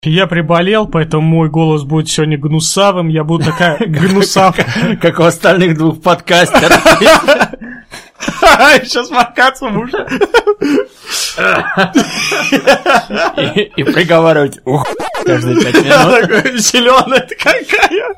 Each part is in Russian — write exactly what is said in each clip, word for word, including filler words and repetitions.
Я приболел, поэтому мой голос будет сегодня гнусавым. Я буду такая гнусавка. Как у остальных двух подкастеров. Сейчас макаться муж. И приговаривать ух каждые пять минут. Зеленая ты какая.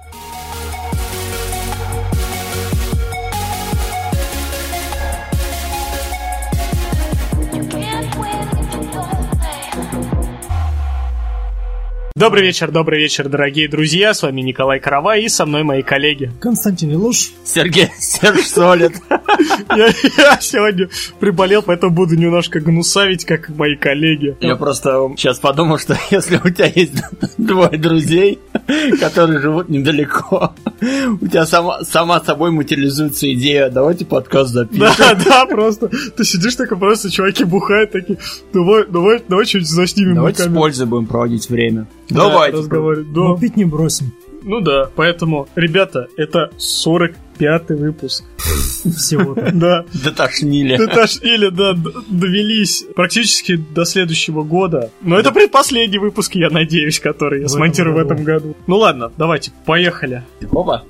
Добрый вечер, добрый вечер, дорогие друзья. С вами Николай Каравай и со мной мои коллеги Константин Илуш, Сергей Серж Солид. я, я сегодня приболел, поэтому буду немножко гнусавить, как мои коллеги. Я просто сейчас подумал, что если у тебя есть двое друзей, которые живут недалеко, у тебя сама, сама собой материализуется идея: давайте подкаст запишем. Да, да, просто ты сидишь такой, просто чуваки бухают такие: давай, давай, давай что-нибудь заснимем. Давайте с пользой будем проводить время. Да, Давайте. разговаривать. Да. Но пить не бросим. Ну да, поэтому, ребята, это сорок пятый выпуск. Всего-то. Да. Дотошнили. Дотошнили, да, довелись практически до следующего года. Но это предпоследний выпуск, я надеюсь, который я смонтирую в этом году. Ну ладно, давайте, поехали. Опа.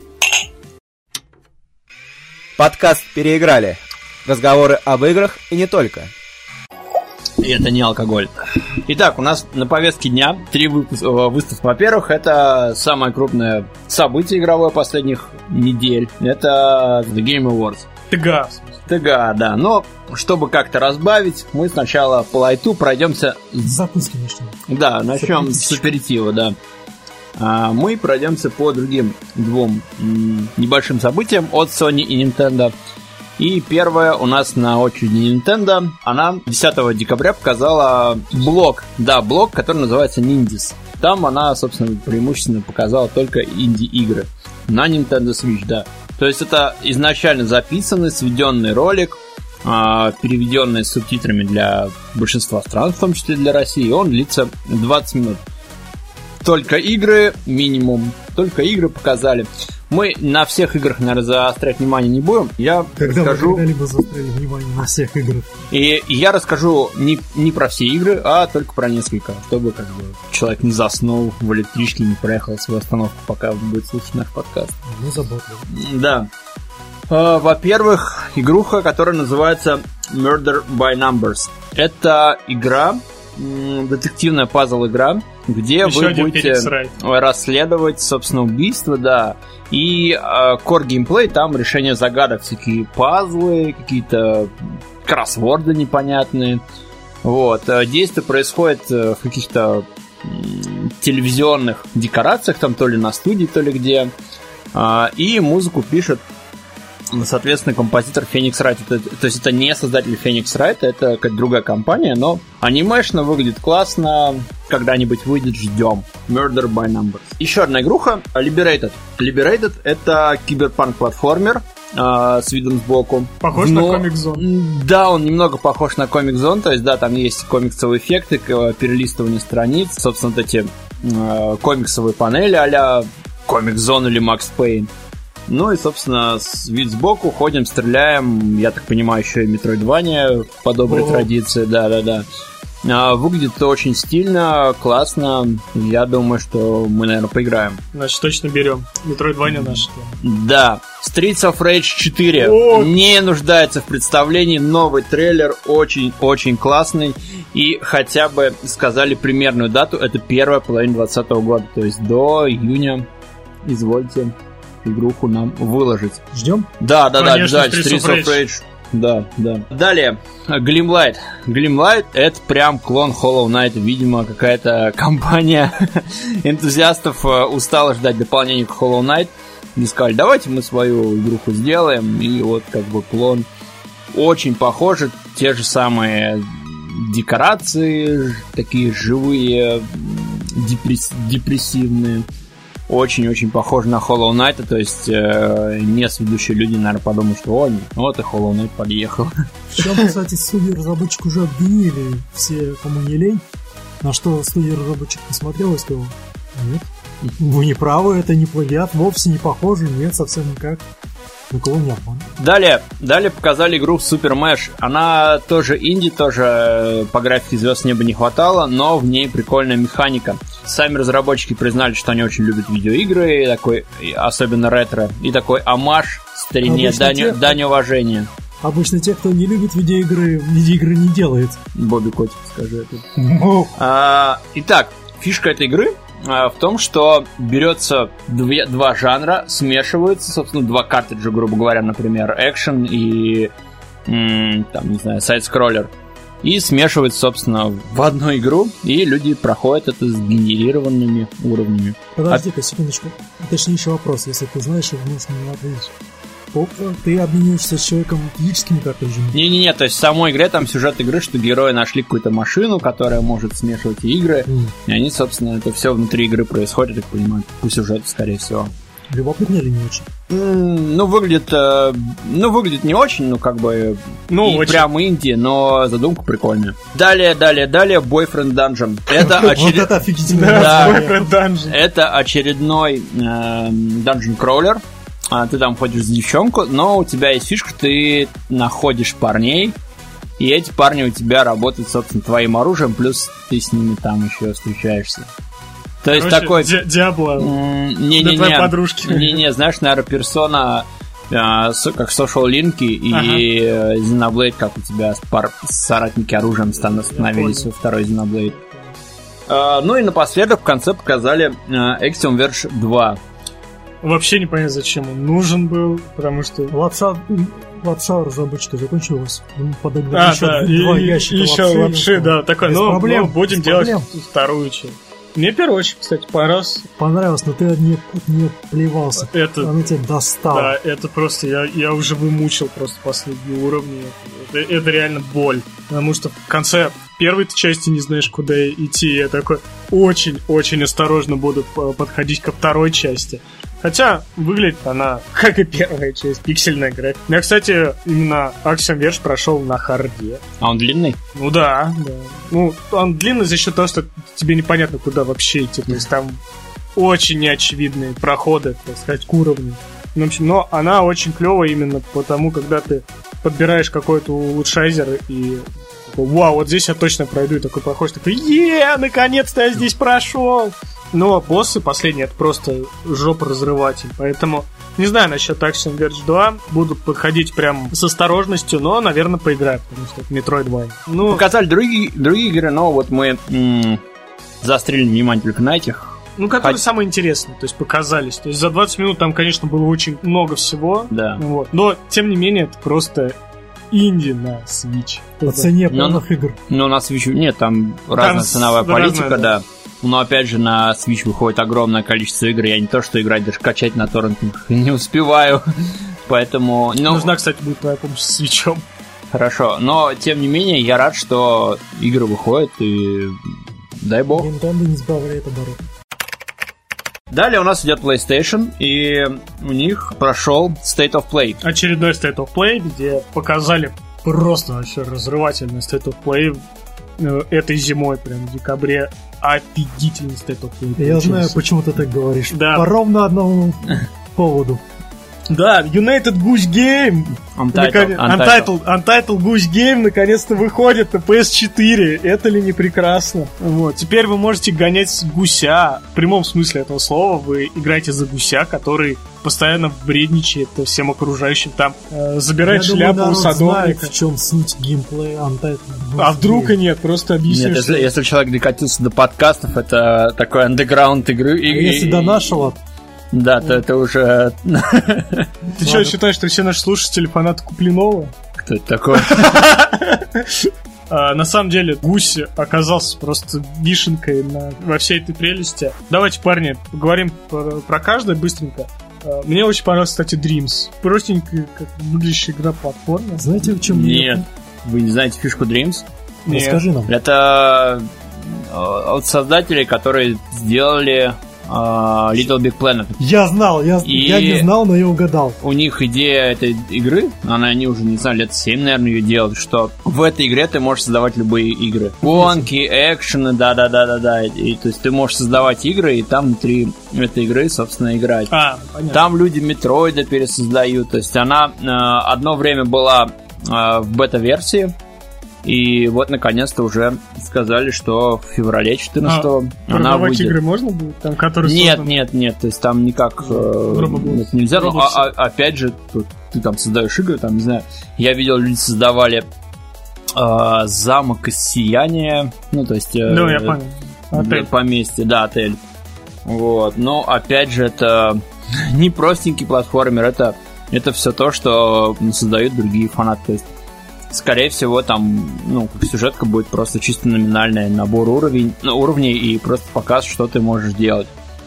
Подкаст «Переиграли». Разговоры об играх и не только. И это не алкоголь. Итак, у нас на повестке дня три выпуска, выставки. Во-первых, это самое крупное событие игровое последних недель. Это The Game Awards. ТГА. ТГА, да. Но, чтобы как-то разбавить, мы сначала по лайту пройдемся... С закуски начнем. Да, начнем с аперитива, да. А мы пройдемся по другим двум м- небольшим событиям от Sony и Nintendo. И первая у нас на очереди Nintendo. Она десятого декабря показала блог, да, блог, который называется Nindies. Там она, собственно, преимущественно показала только инди-игры на Nintendo Switch, да. То есть это изначально записанный, сведенный ролик, переведенный с субтитрами для большинства стран, в том числе для России. Он длится двадцать минут. Только игры, минимум, только игры показали. Мы на всех играх, наверное, заострять внимание не будем. Я Когда расскажу... вы когда-либо заостряли внимание на всех играх? И я расскажу не, не про все игры, а только про несколько, чтобы как бы человек не заснул в электричке, не проехал свою остановку, пока будет слушать наш подкаст. Ну, заботливо. Да. Во-первых, игруха, которая называется Murder by Numbers. Это игра, детективная пазл-игра, где Еще вы будете расследовать, собственно, убийство, да. И э, core геймплей, там решение загадок, всякие пазлы, какие-то кроссворды непонятные. Вот. Действие происходит в каких-то телевизионных декорациях, там то ли на студии, то ли где. Э, и музыку пишет, соответственно, композитор Phoenix Wright. Это, то есть это не создатель Phoenix Wright, это какая-то другая компания, но анимешно выглядит классно. Когда-нибудь выйдет, ждем. Murder by Numbers. Еще одна игруха, Liberated. Liberated — это киберпанк-платформер э, с видом сбоку. Похож но, на Comic Zone. Да, он немного похож на Comic Zone, то есть да, там есть комиксовые эффекты, перелистывание страниц, собственно, вот эти э, комиксовые панели а-ля Comic Zone или Max Payne. Ну и, собственно, вид сбоку, ходим, стреляем. Я так понимаю, еще и Metroidvania по доброй О-о. традиции. Да-да-да. А, выглядит очень стильно, классно. Я думаю, что мы, наверное, поиграем. Значит, точно берем. Metroidvania наш. Да. Streets of Rage четыре О! не нуждается в представлении. Новый трейлер очень-очень классный. И хотя бы сказали примерную дату. Это первая половина двадцатого года. То есть до июня. Извольте игруху нам выложить. Ждем? Да, да, Конечно, да, ждать. Streets of Rage. Да, да. Далее, Glimlight. Glimlight — это прям клон Hollow Knight. Видимо, какая-то компания энтузиастов устала ждать дополнения к Hollow Knight. И сказали: давайте мы свою игруху сделаем. И вот как бы клон очень похожи. Те же самые декорации, такие живые, депресс- депрессивные. Очень-очень похож на Hollow Knight, то есть э, несведущие люди, наверное, подумают, что о, вот и Hollow Knight подъехал. В чем, кстати, студия-разработчик уже обвинили все, кому не лень, на что студия-разработчик посмотрел и сказал: нет, вы не правы, это не плагиат, вовсе не похоже, нет, совсем никак. Никого не обман. Далее, далее показали игру Super Mesh. Она тоже инди, тоже по графике звезд неба не хватало, но в ней прикольная механика. сами разработчики признали, что они очень любят видеоигры, и такой, особенно ретро, и такой омаж старине, дань, те... дань уважения. Обычно те, кто не любит видеоигры, видеоигры не делает. Бобби Котик, скажи это. а, итак, фишка этой игры а, в том, что берется две, два жанра, смешиваются, собственно, два картриджа, грубо говоря, например, экшен и, м, там, не знаю, сайд-скроллер, и смешиваются, собственно, в одну игру, и люди проходят это с генерированными уровнями. Подожди-ка, секундочку. Уточнейший вопрос, если ты знаешь, его нужно не ответить. Ты обмениваешься с человеком физическими картриджами? Не-не-не, то есть в самой игре там сюжет игры, что герои нашли какую-то машину, которая может смешивать игры, mm. и они, собственно, это все внутри игры происходит, я так понимаю, по сюжету, скорее всего. Любопытно или не очень? Mm, ну, выглядит, э, ну, выглядит не очень, ну, как бы, ну, и очень. Прям инди, но задумка прикольная. Далее, далее, далее, Boyfriend Dungeon. Это очередной... Вот это офигительно. Boyfriend Dungeon. Это очередной Dungeon Crawler. Ты там ходишь за девчонку, но у тебя есть фишка, ты находишь парней, и эти парни у тебя работают, собственно, твоим оружием, плюс ты с ними там еще встречаешься. То Короче, есть такой... Ди- Диабло для твоей подружки. Не-не, знаешь, наверное, персона а, с, как Social Link и ага. Xenoblade, как у тебя пар- соратники оружием становились во второй Xenoblade. А, ну и напоследок в конце показали а, Axiom Verge два. Вообще не понятно, зачем он нужен был, потому что... Лапша, лапша разработчика закончилась. Подогнали а, еще да, два и, ящика еще лапши. лапши, да, такой, без ну, проблем, ну, будем без делать проблем. вторую часть. Мне первый очень, кстати, понравился. Понравилось, но ты не, не плевался. Это, Она тебя достала. Да, это просто, я, я уже вымучил просто последние уровни. Это, это реально боль. Потому что в конце первой части не знаешь, куда идти. Я такой очень-очень осторожно буду подходить ко второй части. Хотя выглядит она, как и первая часть, пиксельная графика. Я, кстати, именно Axiom Verge прошел на харде. А он длинный? Ну да, да. Ну, он длинный за счет того, что тебе непонятно, куда вообще идти. То есть там очень неочевидные проходы, так сказать, к уровню. В общем, но она очень клевая именно потому, когда ты подбираешь какой-то улучшайзер и такой, вау, вот здесь я точно пройду, и такой проходишь, такой, е, наконец-то я здесь прошел. Но боссы последние — это просто жопа-разрыватель. Поэтому не знаю насчет Axiom Verge два. Буду подходить прям с осторожностью, но, наверное, поиграю, потому что это Metroidvania. Ну, показали другие, другие игры, но вот мы м- заострили внимание только на этих. Ну, которые Хот... самые интересные, то есть показались. То есть за двадцать минут там, конечно, было очень много всего. Да. Вот. Но, тем не менее, это просто инди на Switch. По цене полных но, игр. Ну, на Switch нет, там, там разная ценовая политика, разная, да. да. Но опять же на Switch выходит огромное количество игр. Я не то что играть, даже качать на торрентах не успеваю. Поэтому... Ну, нужна, кстати, будет твоя помощь с Switch'ом. Хорошо, но тем не менее я рад, что игры выходят, и дай бог. Nintendo не сбавляет обороты. Далее у нас идет PlayStation, и у них прошел State of Play. Очередной State of Play, где показали просто вообще разрывательный State of Play этой зимой, прям в декабре. Офигительный State of Play. Я получился. Знаю, почему ты так говоришь. Да. По ровно одному поводу. Да, United Goose Game Untitled, наконец... Untitled. Untitled, Untitled Goose Game наконец-то выходит на пи эс четыре. Это ли не прекрасно? Вот. Теперь вы можете гонять гуся. В прямом смысле этого слова вы играете за гуся, который постоянно вредничает всем окружающим. Там э, забирает Я шляпу думаю, у садовника. Знает, в чем суть геймплея Untitled Goose А вдруг Game. И нет, просто объясню. Нет, если, если человек докатился до подкастов, это такой андеграунд игры. А и, если и, до нашего... Да, то это уже... Ты что, считаешь, что все наши слушатели фанаты Куплинова? Кто это такой? А, на самом деле, гусь оказался просто вишенкой на, во всей этой прелести. Давайте, парни, поговорим про, про каждое быстренько. А, мне очень понравилась, кстати, Dreams. Простенькая, как выглядящая игра платформа. Знаете, в чем... Нет. Вы не знаете фишку Dreams? Нет. Расскажи нам. Это от создателей, которые сделали... Uh, Little Big Planet. Я знал, я, я не знал, но я угадал. У них идея этой игры, она, они уже, не знаю, лет семь, наверное, ее делают, что в этой игре ты можешь создавать любые игры. Гонки, экшены, да-да-да-да-да. И, то есть ты можешь создавать игры, и там внутри этой игры, собственно, играть. А, понятно. Там люди Метроида пересоздают. То есть она э, одно время была э, в бета-версии, И вот, наконец-то, уже сказали, что в феврале четырнадцатого а, она выйдет. Игры можно будет? Там, которые нет, создан... нет, нет, то есть там никак э, нельзя. Но, а, а, опять же, тут, ты там создаешь игры, там, не знаю, я видел, люди создавали э, замок из сияния, ну, то есть... Э, ну, я понял. Отель. Поместье, да, отель. Вот, но, опять же, это не простенький платформер, это, это все то, что создают другие фанаты, то есть скорее всего, там, ну, сюжетка будет просто чисто номинальная, набор уровень, ну, уровней и просто показ, что ты можешь делать.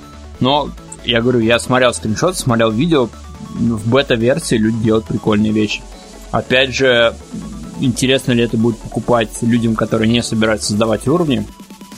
Но, я говорю, я смотрел скриншот, смотрел видео, в бета-версии люди делают прикольные вещи. Опять же, интересно ли это будет покупать людям, которые не собираются создавать уровни,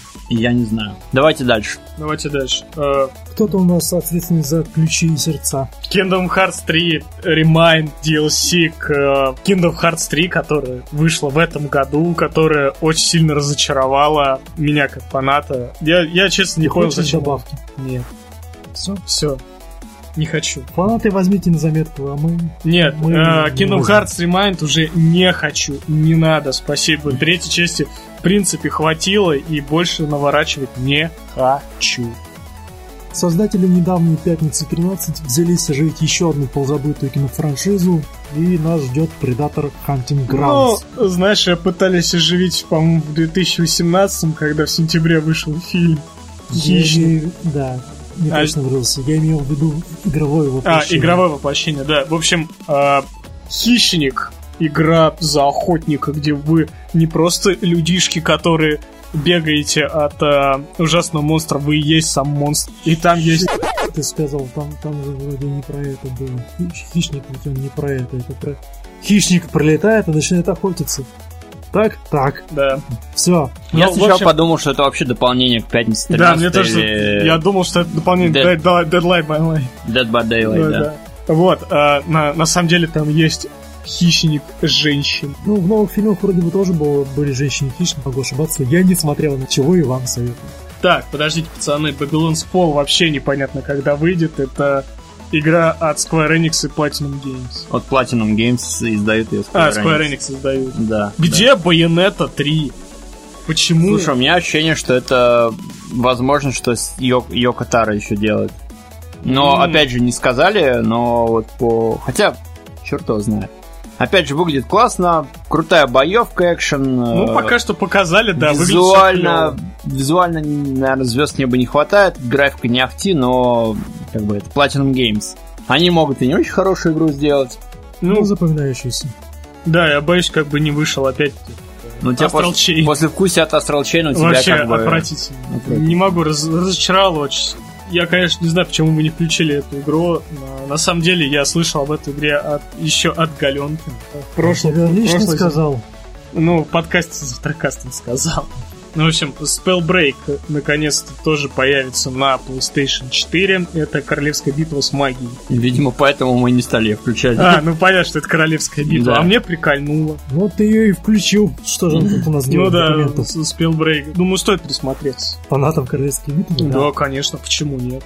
я не знаю. Давайте дальше. Давайте дальше. Uh, Кто-то у нас ответственный за ключи и сердца. Kingdom Hearts три Remind ди эл си к uh, Kingdom Hearts три, которая вышла в этом году, которая очень сильно разочаровала меня как фаната. Я, я честно, не понял, зачем. Добавки? Нет. Все? Все. Не хочу. Фанаты возьмите на заметку, а мы... Нет, мы uh, Kingdom можем. Hearts Remind уже не хочу. Не надо, спасибо. Третьей части в принципе хватило, и больше наворачивать не хочу. Создатели недавней «Пятницы тринадцать» взялись оживить еще одну полузабытую кинофраншизу, и нас ждет «Предатор Hunting Grounds». Ну, знаешь, я пытались оживить, по-моему, в две тысячи восемнадцатом, когда в сентябре вышел фильм «Хищник». Я, да, не а... точно выразился. Я имел в виду игровое воплощение. А, игровое воплощение, да. В общем, э, «Хищник» — игра за охотника, где вы не просто людишки, которые бегаете от э, ужасного монстра, вы и есть сам монстр. И там есть... Ты сказал, там, там же вроде не про это было. Хищник, ведь он не про это. Это про... Хищник пролетает и начинает охотиться. Так? Так. Да. Все. Я ну, сначала общем... подумал, что это вообще дополнение к «Пятнице тринадцатой». Да, мне тоже... Или... Я думал, что это дополнение Dead... к Dead by Daylight. Dead by Daylight, да. да. да. Вот. Э, на, на самом деле там есть хищник женщин. Ну, в новых фильмах вроде бы тоже было, были женщины-хищники, могу ошибаться. Я не смотрел, на чего и вам советую. Так, подождите, пацаны, Babylon's Fall вообще непонятно, когда выйдет. Это игра от Square Enix и Platinum Games. От Platinum Games издают ее Square А, Enix. Square Enix издают. Да. Где да. Bayonetta три? Почему? Слушай, у меня ощущение, что это возможно, что Йоко Таро еще делает. Но, mm. опять же, не сказали, но вот по... Хотя, черт его знает. Опять же, выглядит классно, крутая боевка, экшен. Ну, пока что показали, да, визуально, визуально, наверное, звезд неба не хватает, графика не ахти, но как бы это Platinum Games. Они могут и не очень хорошую игру сделать. Ну, запоминающуюся. Да, я боюсь, как бы не вышел опять. Ну, у тебя после, после вкуса от Astral Chain у тебя вообще как бы... отвратительно. отвратительно. Не могу, раз, разочаровывать. Я, конечно, не знаю, почему мы не включили эту игру, но на самом деле я слышал об этой игре от, еще от Галенки. В прошлом, я лично прошлый, сказал. Ну, в подкасте с Завтракастом сказал. Ну, в общем, Spellbreak наконец-то тоже появится на PlayStation четыре. Это королевская битва с магией. Видимо, поэтому мы не стали ее включать. А, ну понятно, что это королевская битва. Да. А мне прикольнуло. Вот ты ее и включил. Что же тут у нас делает? Ну да, Spellbreak. Думаю, стоит присмотреться. Фанатом королевской битвы? Да, конечно, почему нет?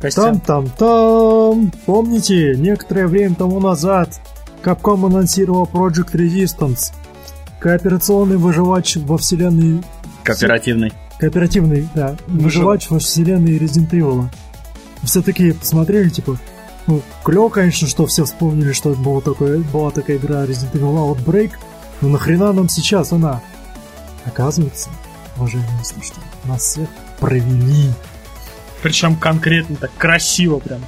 Там-там-там. Помните, некоторое время тому назад Capcom анонсировал Project Resistance. Кооперационный выживач во вселенной... Кооперативный. Кооперативный, да. Выживач во вселенной Resident Evil. Все такие посмотрели, типа, ну, клево, конечно, что все вспомнили, что это было такое, была такая игра Resident Evil Outbreak, но нахрена нам сейчас она? Оказывается, уважаемые слушатели, нас всех провели. Причем конкретно так красиво прям.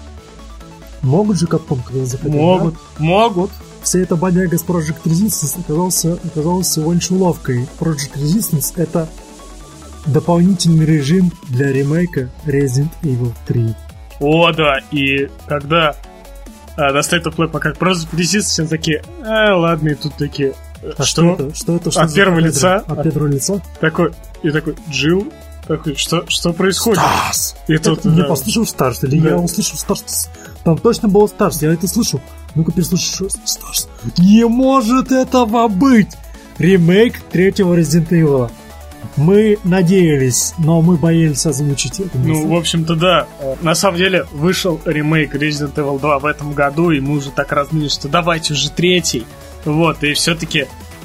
Могут же Capcom когда захотят? Могут, да? могут. Вся эта бодяга с Project Resistance оказался, оказалась всего лишь уловкой. Project Resistance — это дополнительный режим для ремейка Resident Evil три. О, да, и когда а, на State of Play пока Project Resistance, все такие, а, ладно, и тут такие, а что, что это? Что это? Что от первого лица? От первого лица? Такой, и такой, Джилл, такой, что, что происходит? Старс! И это тут, я да. послушал Старс, или да. я услышал Старс? Там точно был Старс, я это слышу. Ну-ка переслушай, Старс. Не может этого быть! Ремейк третьего Resident Evil. Мы надеялись, но мы боялись озвучить это. Ну, в общем-то, да. На самом деле, вышел ремейк Resident Evil два в этом году, и мы уже так разнылись, что давайте уже третий. Вот, и все-таки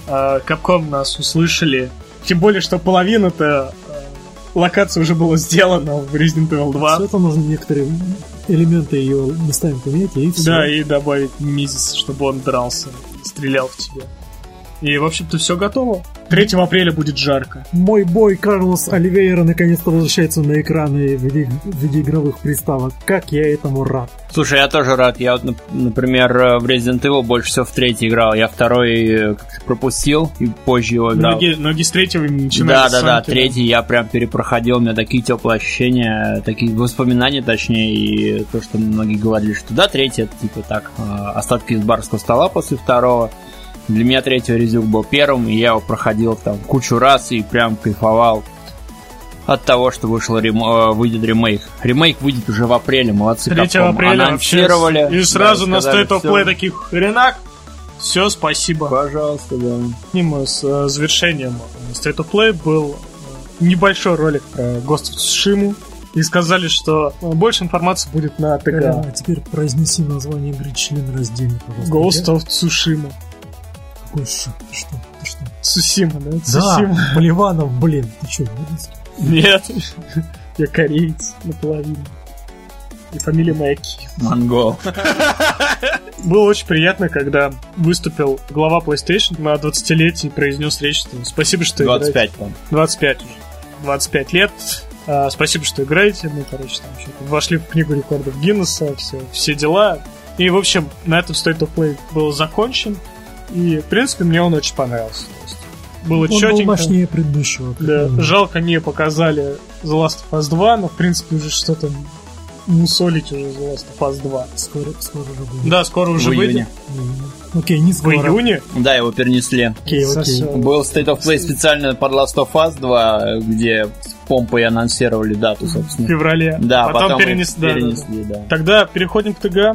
Capcom нас услышали. Тем более, что половина-то локация уже была сделана в Resident Evil два. Все это нужно некоторые элементы ее местами поменять, и все. Да, и добавить Мизис, чтобы он дрался, стрелял в тебя. И, в общем-то, все готово. третьего апреля будет жарко. Мой бой Карлос Оливейра наконец-то возвращается на экраны в виде, в виде игровых приставок. Как я этому рад. Слушай, я тоже рад. Я, вот, например, в Resident Evil больше всего в третий играл. Я второй как-то пропустил и позже его играл. Ноги, ноги с третьего начинают. Да, да, да. Третий я прям перепроходил. У меня такие теплые ощущения, такие воспоминания, точнее, и то, что многие говорили, что да, третий это типа так, остатки из барского стола после второго. Для меня третий Резюк был первым, и я его проходил там кучу раз и прям кайфовал от того, что вышел рем... выйдет ремейк. Ремейк выйдет уже в апреле, молодцы. третьего апреля анонсировали. И сразу да, на сказали, State of Play таких хренак. Все, спасибо. Пожалуйста, да. Одним из э, завершением State of Play был э, небольшой ролик про Ghost of Tsushima. И сказали, что больше информации будет на ТГ. А теперь произнеси название игры членораздельно, пожалуйста. Ghost of Tsushima. Какой шаг? Ты что? Ты что? Цусима, да? Цусима. Да, Поливанов, блин. Ты что, нет? Я кореец наполовину. И фамилия моя Ки. Монгол. Было очень приятно, когда выступил глава PlayStation на двадцатилетие и произнес речь, что спасибо, что двадцать пять, играете. по-моему. двадцать пять уже. двадцать пять лет. А, спасибо, что играете. Мы, короче, там что-то вошли в книгу рекордов Гиннесса, все, все дела. И, в общем, на этом State of Play был закончен. И, в принципе, мне он очень понравился. Было он чётенько. был мощнее предыдущего. Да, жалко, не показали The Last of Us два, но, в принципе, уже что-то мусолить уже The Last of Us два. Скоро, скоро уже будет. Да, скоро уже в выйдет. Окей, не скоро. В июне? Да, его перенесли. Окей, окей. Был State of Play специально под Last of Us два, где с помпой анонсировали дату, собственно. В феврале. Да, потом, потом перенес... да, перенесли, да, да. Тогда переходим к ТГ.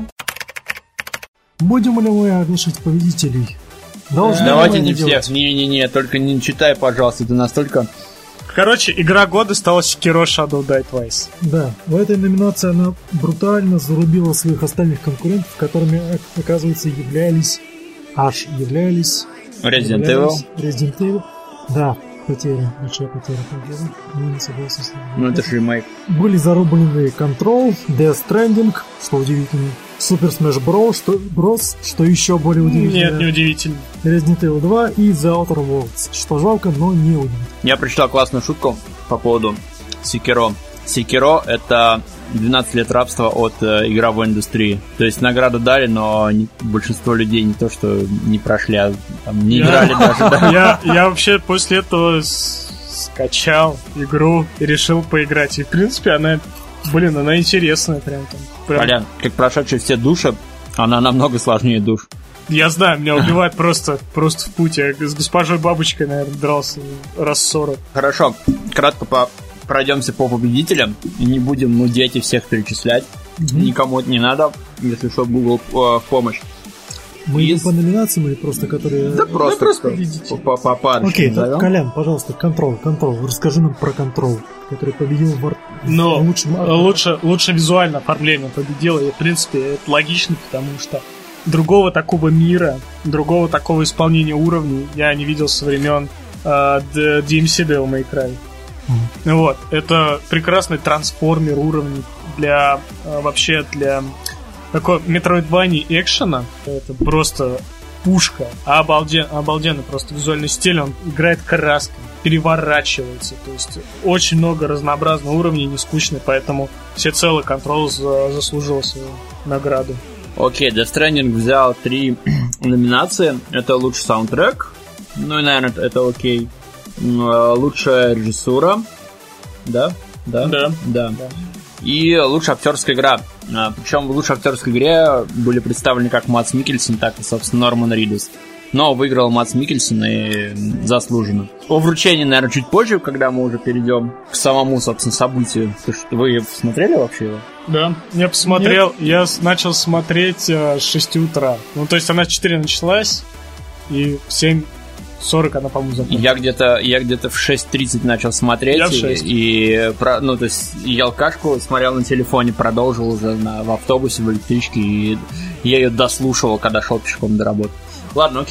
Будем ли мы оглашать победителей? Должны Давайте не всех. Не-не-не, только не читай, пожалуйста, это настолько... Короче, игра года стала Sekiro Shadow Die Twice. Да, в этой номинации она брутально зарубила своих остальных конкурентов, которыми, оказывается, являлись... Аж являлись... Resident являлись, Evil. Resident Evil. Да, потеря, большая потеря. Ну, не согласен с ним. Ну, это же ремейк. Были зарублены Control, Death Stranding, что удивительно. Super Smash Bros, что, Bros, что еще более удивительно. Нет, не удивительно. Resident Evil два и The Outer Worlds, что жалко, но не удивительно. Я прочитал классную шутку по поводу Sekiro. Sekiro — это двенадцать лет рабства от э, игровой индустрии. То есть награду дали, но не, большинство людей не то, что не прошли, а там, не я, играли даже. Да. Я, я вообще после этого скачал игру и решил поиграть. И, в принципе, она... Блин, она интересная прям там. Прям... Колян, как прошедший все души, она намного сложнее душ. Я знаю, меня убивают просто, просто в путь. Я с госпожой бабочкой, наверное, дрался раз сорок. Хорошо, кратко по... пройдемся по победителям. Не будем нудеть и всех перечислять. Mm-hmm. Никому это не надо, если что, Google в помощь. Мы идем по номинациям или просто которые... Да просто, да просто по, по, по парочке. Окей, okay, Колян, пожалуйста, Control, Control. Расскажи нам про Control, который победил в, ар... Но в лучшем... лучше, лучше визуально оформление победило. И, в принципе, это логично, потому что другого такого мира, другого такого исполнения уровней я не видел со времен uh, ди эм си Devil May Cry. Mm-hmm. Вот. Это прекрасный трансформер уровней для uh, вообще для... такой метроидвани экшена. Это просто пушка. А обалден, обалденный просто визуальный стиль. Он играет красками, переворачивается. То есть очень много разнообразных уровней, не скучный. Поэтому всецелый Control за, заслужил свою награду. Окей, okay, Death Stranding взял три номинации. Это лучший саундтрек. Ну и, наверное, это окей. Лучшая режиссура. Да? Да? Да. Да. да. И лучшая актерская игра. Причем в лучшей актерской игре были представлены как Мадс Миккельсен, так и, собственно, Норман Ридус. Но выиграл Мадс Миккельсен и заслуженно. О вручении, наверное, чуть позже, когда мы уже перейдем к самому, собственно, событию. Вы смотрели вообще его? Да, я посмотрел. Нет? Я начал смотреть с шести утра. Ну, то есть она в четыре началась, и в семь сорок она, по-моему, закончилась. Я где-то, я где-то в шесть тридцать начал смотреть. Я в шесть. И, и, ну, то есть, ел кашку, смотрел на телефоне, продолжил уже на, в автобусе, в электричке, и я ее дослушивал, когда шел пешком до работы. Ладно, окей.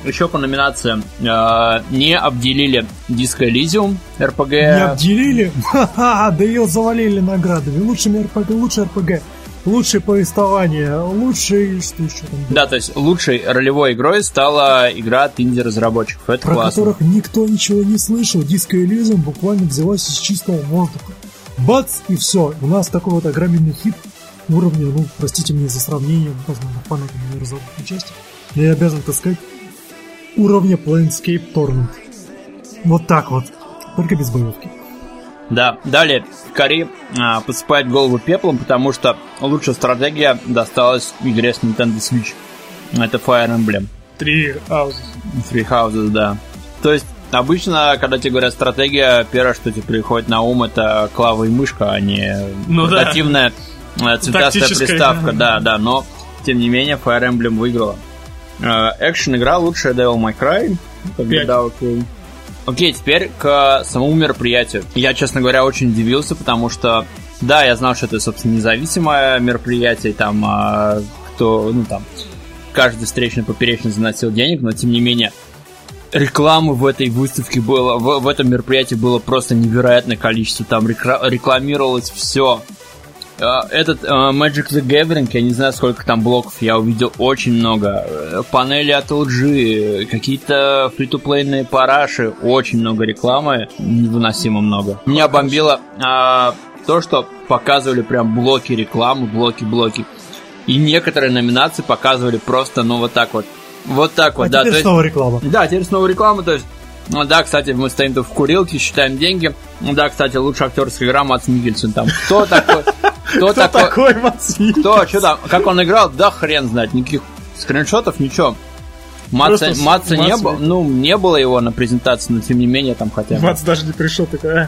еще по номинациям э, не обделили Disco Elysium эр пи джи. Не обделили? Ха-ха, да ее завалили наградами. Лучшими эр пи джи, лучший эр пи джи, лучшее повествование, лучший... Что еще там было? Да, то есть лучшей ролевой игрой стала игра от инди-разработчиков. Это про классно. Которых никто ничего не слышал. Disco Elysium буквально взялась из чистого воздуха. Бац, и все. У нас такой вот огроменный хит уровня, ну, простите меня за сравнение, возможно, фанаты моей разработной части. Но я обязан, так сказать, уровня Planescape Torment. Вот так вот. Только без боевки. Да, далее Кори а, посыпает голову пеплом, потому что лучшая стратегия досталась игре с Nintendo Switch. Это Fire Emblem. Three Houses. Three Houses, да. То есть, обычно, когда тебе говорят стратегия, первое, что тебе приходит на ум, это клава и мышка, а не ну, портативная да. цветастая приставка. Да, да, но, тем не менее, Fire Emblem выиграла. Экшен-игра лучшая Devil May Cry. Да, окей. Окей, теперь к самому мероприятию. Я, честно говоря, очень удивился, потому что, да, я знал, что это, собственно, независимое мероприятие, там, а, кто, ну, там, каждый встречный поперечный заносил денег, но, тем не менее, рекламы в этой выставке было, в, в этом мероприятии было просто невероятное количество, там рекламировалось все. Этот uh, Magic the Gathering, я не знаю, сколько там блоков, я увидел очень много. Панели от эл джи, какие-то фри-то-плейные параши, очень много рекламы, невыносимо много. Меня бомбило uh, то, что показывали прям блоки рекламы, блоки-блоки. И некоторые номинации показывали просто, ну, вот так вот. Вот так вот, а да. Теперь то есть, снова реклама. Да, теперь снова реклама, то есть. Ну да, кстати, мы стоим тут в курилке, считаем деньги. Ну да, кстати, лучшая актерская игра Мадс Миккельсен. Там кто такой? Кто такой Мадс Миккельсен? Кто? Что там? Как он играл? Да хрен знать. Никаких скриншотов, ничего. Мадса, Мадса не было, ну, не было его на презентации, но тем не менее там хотя бы. Мадс даже не пришел, такая.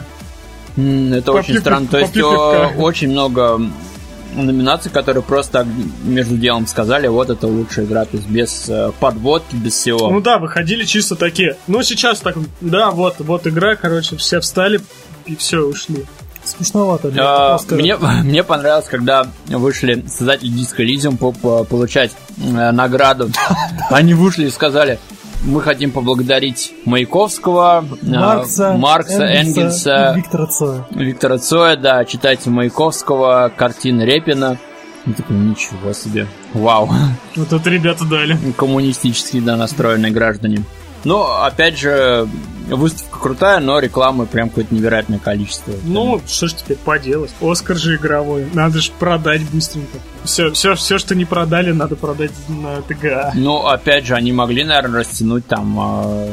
Это очень странно. То есть очень много номинаций, которые просто между делом сказали, вот это лучшая игра, то есть без э, подводки, без всего. Ну да, выходили чисто такие. Ну сейчас так, да, вот, вот игра, короче, все встали и все, ушли. Скучновато. А, мне, мне понравилось, когда вышли создатели Disco Elysium по, по, получать э, награду. Они вышли и сказали: мы хотим поблагодарить Маяковского, Маркса, э, Маркса Энгельса, Энгельса и Виктора Цоя. Виктора Цоя, да, читайте Маяковского, картины Репина. И такой, ничего себе, вау. Вот это ребята дали. Коммунистически, да, настроенные граждане. Но, опять же, выставка крутая, но рекламы прям какое-то невероятное количество. Ну, что ж теперь поделать? Оскар же игровой. Надо же продать быстренько. Все, все, все, что не продали, надо продать на тэ гэ а. Ну, опять же, они могли, наверное, растянуть там э,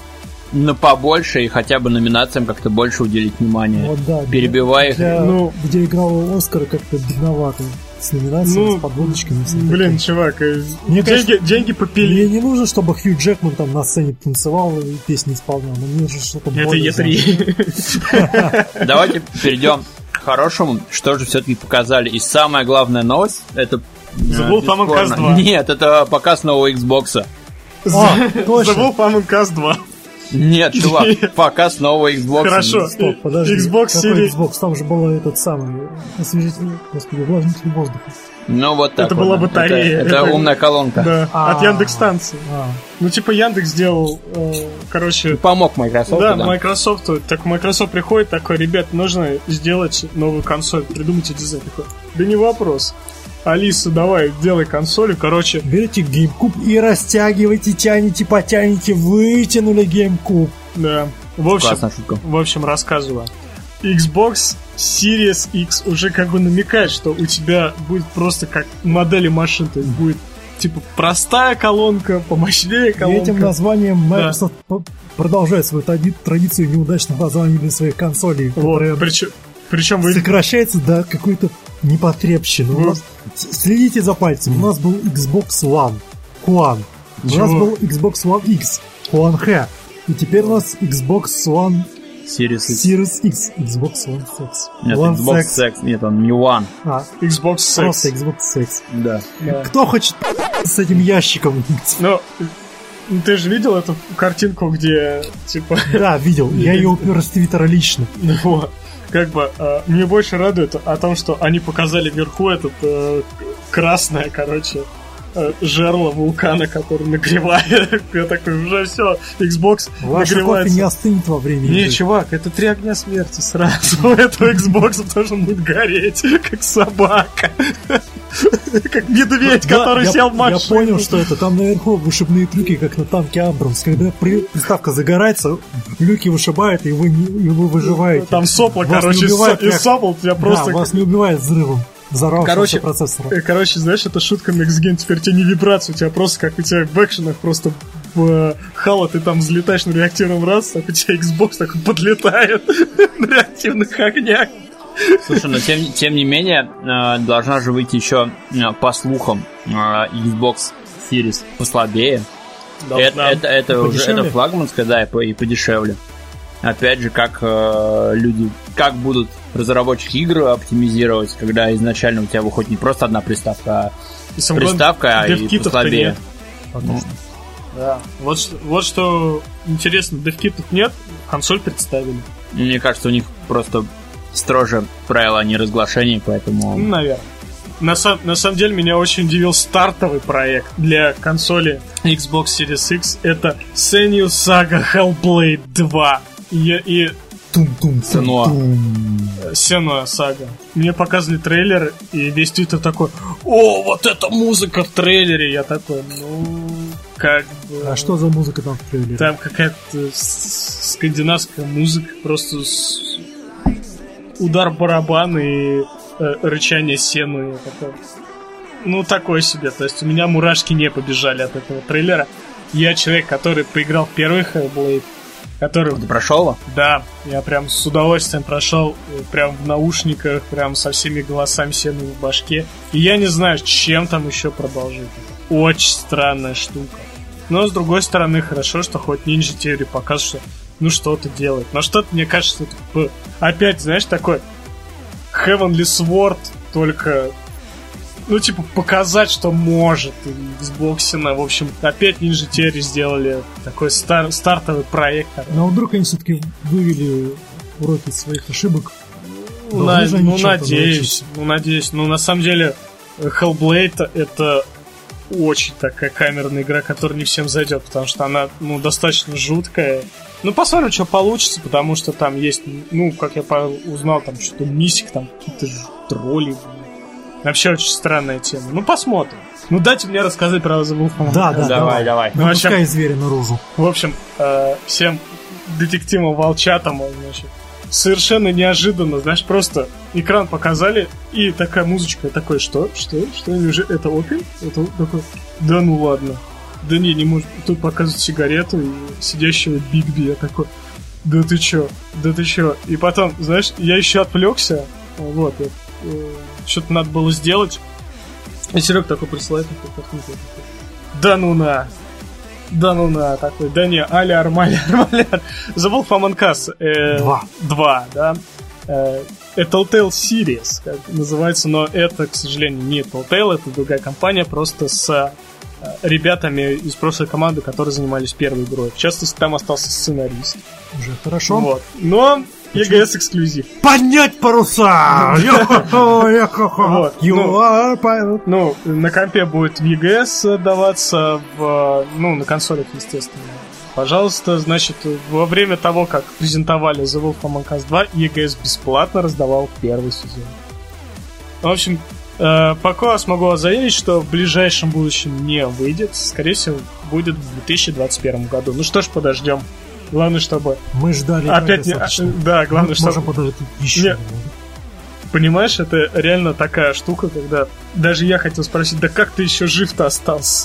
на побольше и хотя бы номинациям как-то больше уделить внимание. Вот, да, перебивая для, их. Ну, где играл Оскар, как-то бедновато. С номинацией, ну, с подводочками. С блин, чувак, мне деньги, кажется, деньги попили. Мне не нужно, чтобы Хью Джекман там на сцене танцевал и песни исполнял. Мне нужно что-то более. Это и три. Давайте перейдем к хорошему. Что же все-таки показали? И самая главная новость — это The Wolf Among Us два. Нет, это показ нового Xbox. The Wolf Among Us два. Нет, чувак, показ нового Xbox. Хорошо. Стоп, подожди. Xbox Series. Xbox? Там же был этот самый освежитель, господи, увлажнитель воздуха. Ну вот так. Это вот, была да. батарея. Это, это, это умная колонка. Да. А-а-а. От Яндекс.Станции. А-а-а. Ну типа Яндекс сделал, э, короче. Помог Microsoft. Да, да, Microsoft. Так Microsoft приходит такой: ребят, нужно сделать новую консоль, придумайте дизайн. Такой: да не вопрос. Алиса, давай, делай консоль, короче. Берите GameCube и растягивайте, тяните, потяните, вытянули GameCube. Да. В общем, в общем, рассказываю. Xbox Series X уже как бы намекает, что у тебя будет просто как модели машин, то есть будет типа простая колонка, помощнее колонка. И этим названием Microsoft да. продолжает свою традицию неудачного названия своих консолей. Вот, причем, причем вы... сокращается до какой-то непотребщины. Вы... У нас... Следите за пальцем. У нас был Xbox One, One. У Чего? нас был Xbox One X, One H. И теперь у нас Xbox One Series X. Series X. Xbox One X. Нет, One Xbox X. Нет, он не One. А, Xbox X. Просто Xbox X. Да. да. Кто хочет с этим ящиком? Ну, ты же видел эту картинку, где, типа... Да, видел. Я ее упер с Твиттера лично. Вот. Как бы, э, мне больше радует о том, что они показали вверху этот э, красное, короче, э, жерло вулкана, который нагревает. Я такой, уже все, Xbox Ваш нагревается. кофе не остынет во время Не, игры. чувак, это три огня смерти сразу. У этого Xbox должен будет гореть, как собака. Как медведь, Да, который я, сел в машину. Я понял, что это. Там наверху вышибные трюки, как на танке Абрамс. Когда при- приставка загорается, люки вышибают, и вы, не- и вы выживаете. Там сопла, Вас короче, не убивает, из как- сопл тебя просто... Да, вас не убивает взрывом взорвавшегося Короче, процессора. Э, Короче, знаешь, это шутка Next Gen, теперь тебе не вибрация, у тебя просто, как у тебя в экшенах, просто в Halo ты там взлетаешь на реактивном раз, так у тебя Xbox такой подлетает на реактивных огнях. Слушай, но тем, тем не менее, э, должна же выйти еще, э, по слухам, э, Xbox Series послабее. Это, это, это уже это флагманская, да, и, по, и подешевле. Опять же, как э, люди, как будут разработчики игр оптимизировать, когда изначально у тебя выходит не просто одна приставка, а приставка и послабее. Ну. Да. Вот, вот что интересно, девкитов нет, консоль представили. Мне кажется, у них просто строже правила неразглашения, поэтому... Ну, наверное. На, сам, на самом деле, меня очень удивил стартовый проект для консоли Xbox Series X. Это Senua Saga Hellblade два. И, и Senua. Senua Saga. Мне показывали трейлер, и весь твиттер такой: о, вот эта музыка в трейлере. Я такой, ну, как бы... А что за музыка там в трейлере? Там какая-то скандинавская музыка, просто с... удар барабана и э, рычание сены. Такое. Ну, такое себе. То есть у меня мурашки не побежали от этого трейлера. Я человек, который поиграл в первый Hellblade, который... Ты прошел? Да, я прям с удовольствием прошел, прям в наушниках, прям со всеми голосами сены в башке. И я не знаю, чем там еще продолжить. Очень странная штука. Но, с другой стороны, хорошо, что хоть Ninja Theory покажет, что ну что-то делает. Но что-то, мне кажется, это опять, знаешь, такой Heavenly Sword, только, ну, типа, показать, что может Xbox'ина. В общем, опять Ninja Theory сделали такой стар- стартовый проект. Но вдруг они все-таки вывели уроки своих ошибок. Ну, на, ну надеюсь, ну, надеюсь. Ну, на самом деле, Hellblade — это очень такая камерная игра, которая не всем зайдет, потому что она, ну, достаточно жуткая. Ну, посмотрим, что получится, потому что там есть, ну, как я узнал, там что-то миссик, там какие-то тролли. Вообще очень странная тема. Ну, посмотрим. Ну, дайте мне рассказать про The Wolf Among Us. Да, да, давай, давай. Ну, пускай зверя наружу. В общем, э, всем детективам-волчатам, значит, совершенно неожиданно, знаешь, просто экран показали, и такая музычка, такой, что? Что? Что? Уже это опель? Это такой, да ну ладно. Да не, не может. Тут показывают сигарету и сидящего Бигби. Я такой, да ты чё? Да ты чё? И потом, знаешь, я еще отвлекся. Вот, э, что-то надо было сделать. И Серег такой присылает, такой, такой, да ну на. Да ну на, такой, да не, аляр, маляр, маляр. The Wolf Among Us э, Два. Два, да. Э, Telltale Series, как называется, но это, к сожалению, не Telltale, это другая компания, просто с э, ребятами из прошлой команды, которые занимались первой игрой. В частности, там остался сценарист. Уже хорошо. Вот. Но и джи эс эксклюзив. Поднять паруса! Вот. Ну, на компе будет ви джи эс даваться, в, ну, на консолях, естественно. Пожалуйста, значит, во время того, как презентовали The Wolf Among Us два, и джи эс бесплатно раздавал первый сезон. В общем, э, пока смогу вас заверить, что в ближайшем будущем не выйдет. Скорее всего, будет в две тысячи двадцать первом году. Ну что ж, подождем. Главное, чтобы... Мы ждали опять не... Да, главное, мы чтобы... можем подождать еще. Не... Понимаешь, это реально такая штука, когда даже я хотел спросить, да как ты еще жив-то остался?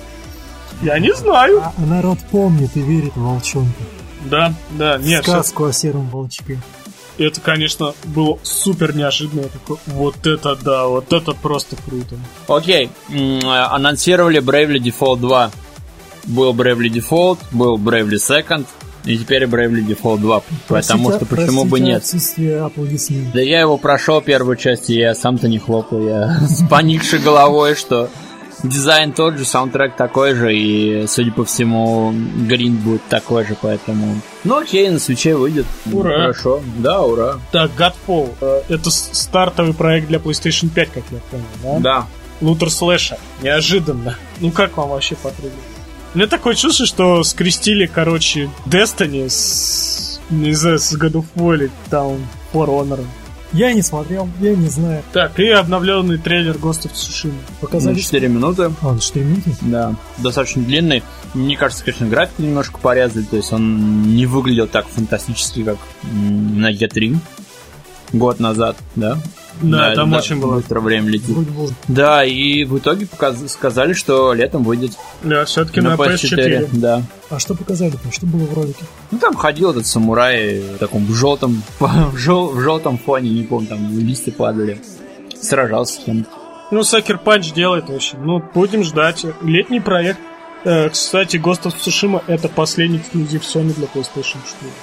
Я не знаю. А народ помнит и верит в волчонка. Да, да, нет. Сказку о сером волчке. Это, конечно, было супер неожиданно. Я такой, вот это да, вот это просто круто. Окей, М- анонсировали Bravely Default два. Был Bravely Default, был Bravely Second, и теперь Bravely Default два. Потому Простите, что почему бы нет? Отсутствие аплодисментов. Да я его прошел первую часть, и я сам-то не хлопаю. Я с поникшей головой, что дизайн тот же, саундтрек такой же, и, судя по всему, гринд будет такой же, поэтому... Ну окей, на свитче выйдет. Ура! Хорошо, да, ура. Так, Godfall. э, Это с- стартовый проект для PlayStation пять, как я понял, да? Да. лутер-слэша. Неожиданно. Ну как вам вообще потребовалось? У меня такое чувство, что скрестили, короче, Destiny с, не знаю, с God of War, там, For Honor. Я не смотрел, я не знаю. Так, и обновленный трейлер Ghost of Tsushima. Показали четыре минуты. А, четыре минуты? Да, достаточно длинный. Мне кажется, конечно, графику немножко порезали, то есть он не выглядел так фантастически, как на и три год назад, да? Да, да там да, очень было. Быстро время летит. Вроде бы. Да, и в итоге показ- сказали, что летом выйдет. Да, все-таки на, на пи эс четыре. Да. А что показали-то? Что было в ролике? Ну, там ходил этот самурай в таком в желтом, в, жел, в желтом фоне, не помню, там листья падали. Сражался с кем-то. Ну, Sucker Punch делает очень. Ну, будем ждать. Летний проект. Э, кстати, Ghost of Tsushima — это последний эксклюзив Sony для PlayStation четыре.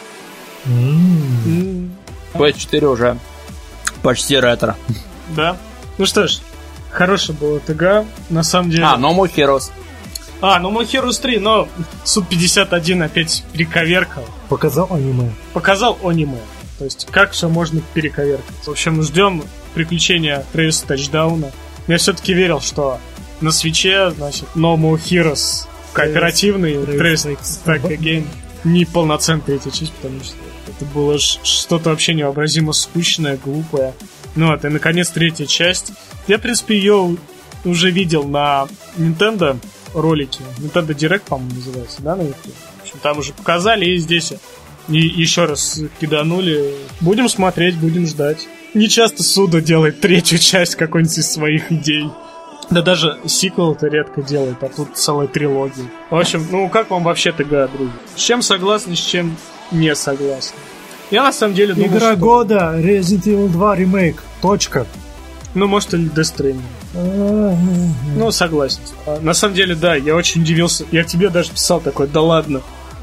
М-м-м. пи эс четыре уже почти ретро. Да. Ну что ж, хорошая была ТГ. На самом деле... А, No More Heroes. А, No More Heroes три, но Суд пятьдесят один опять перековеркал. Показал аниме. Показал аниме. То есть, как все можно перековеркать. В общем, ждем приключения Трэвиса Тачдауна. Я все-таки верил, что на свитче, значит, No More Heroes кооперативный, Travis Back Again, не полноценная третья часть, потому что это было что-то вообще невообразимо скучное, глупое. Ну вот, и наконец третья часть. Я, в принципе, ее уже видел на Nintendo ролике. Nintendo Direct, по-моему, называется, да, на YouTube? В общем, там уже показали, и здесь и еще раз киданули. Будем смотреть, будем ждать. Не часто Суда делает третью часть какой-нибудь из своих идей. Да даже сиквел-то редко делает, а тут целая трилогия. В общем, ну как вам вообще ТГ, друзья? С чем согласны, с чем не согласны? Я на самом деле думаю, Игра что... года Resident Evil два ремейк. Точка. Ну, может, или Death Stranding. Ну, согласен. А, на самом деле, да, я очень удивился. Я тебе даже писал такой, да ладно.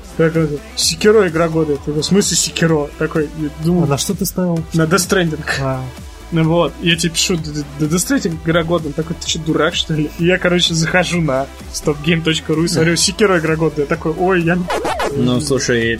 Секиро игра года. Я такой, в смысле Секиро? Такой, я думаю, А на что ты ставил? на Death Stranding. А, Ну вот, я тебе пишу, да Death Stranding игра года. Он такой, ты что, дурак, что ли? И я, короче, захожу на stopgame точка ру и смотрю, Секиро игра года. Я такой, ой, я... Ну, слушай,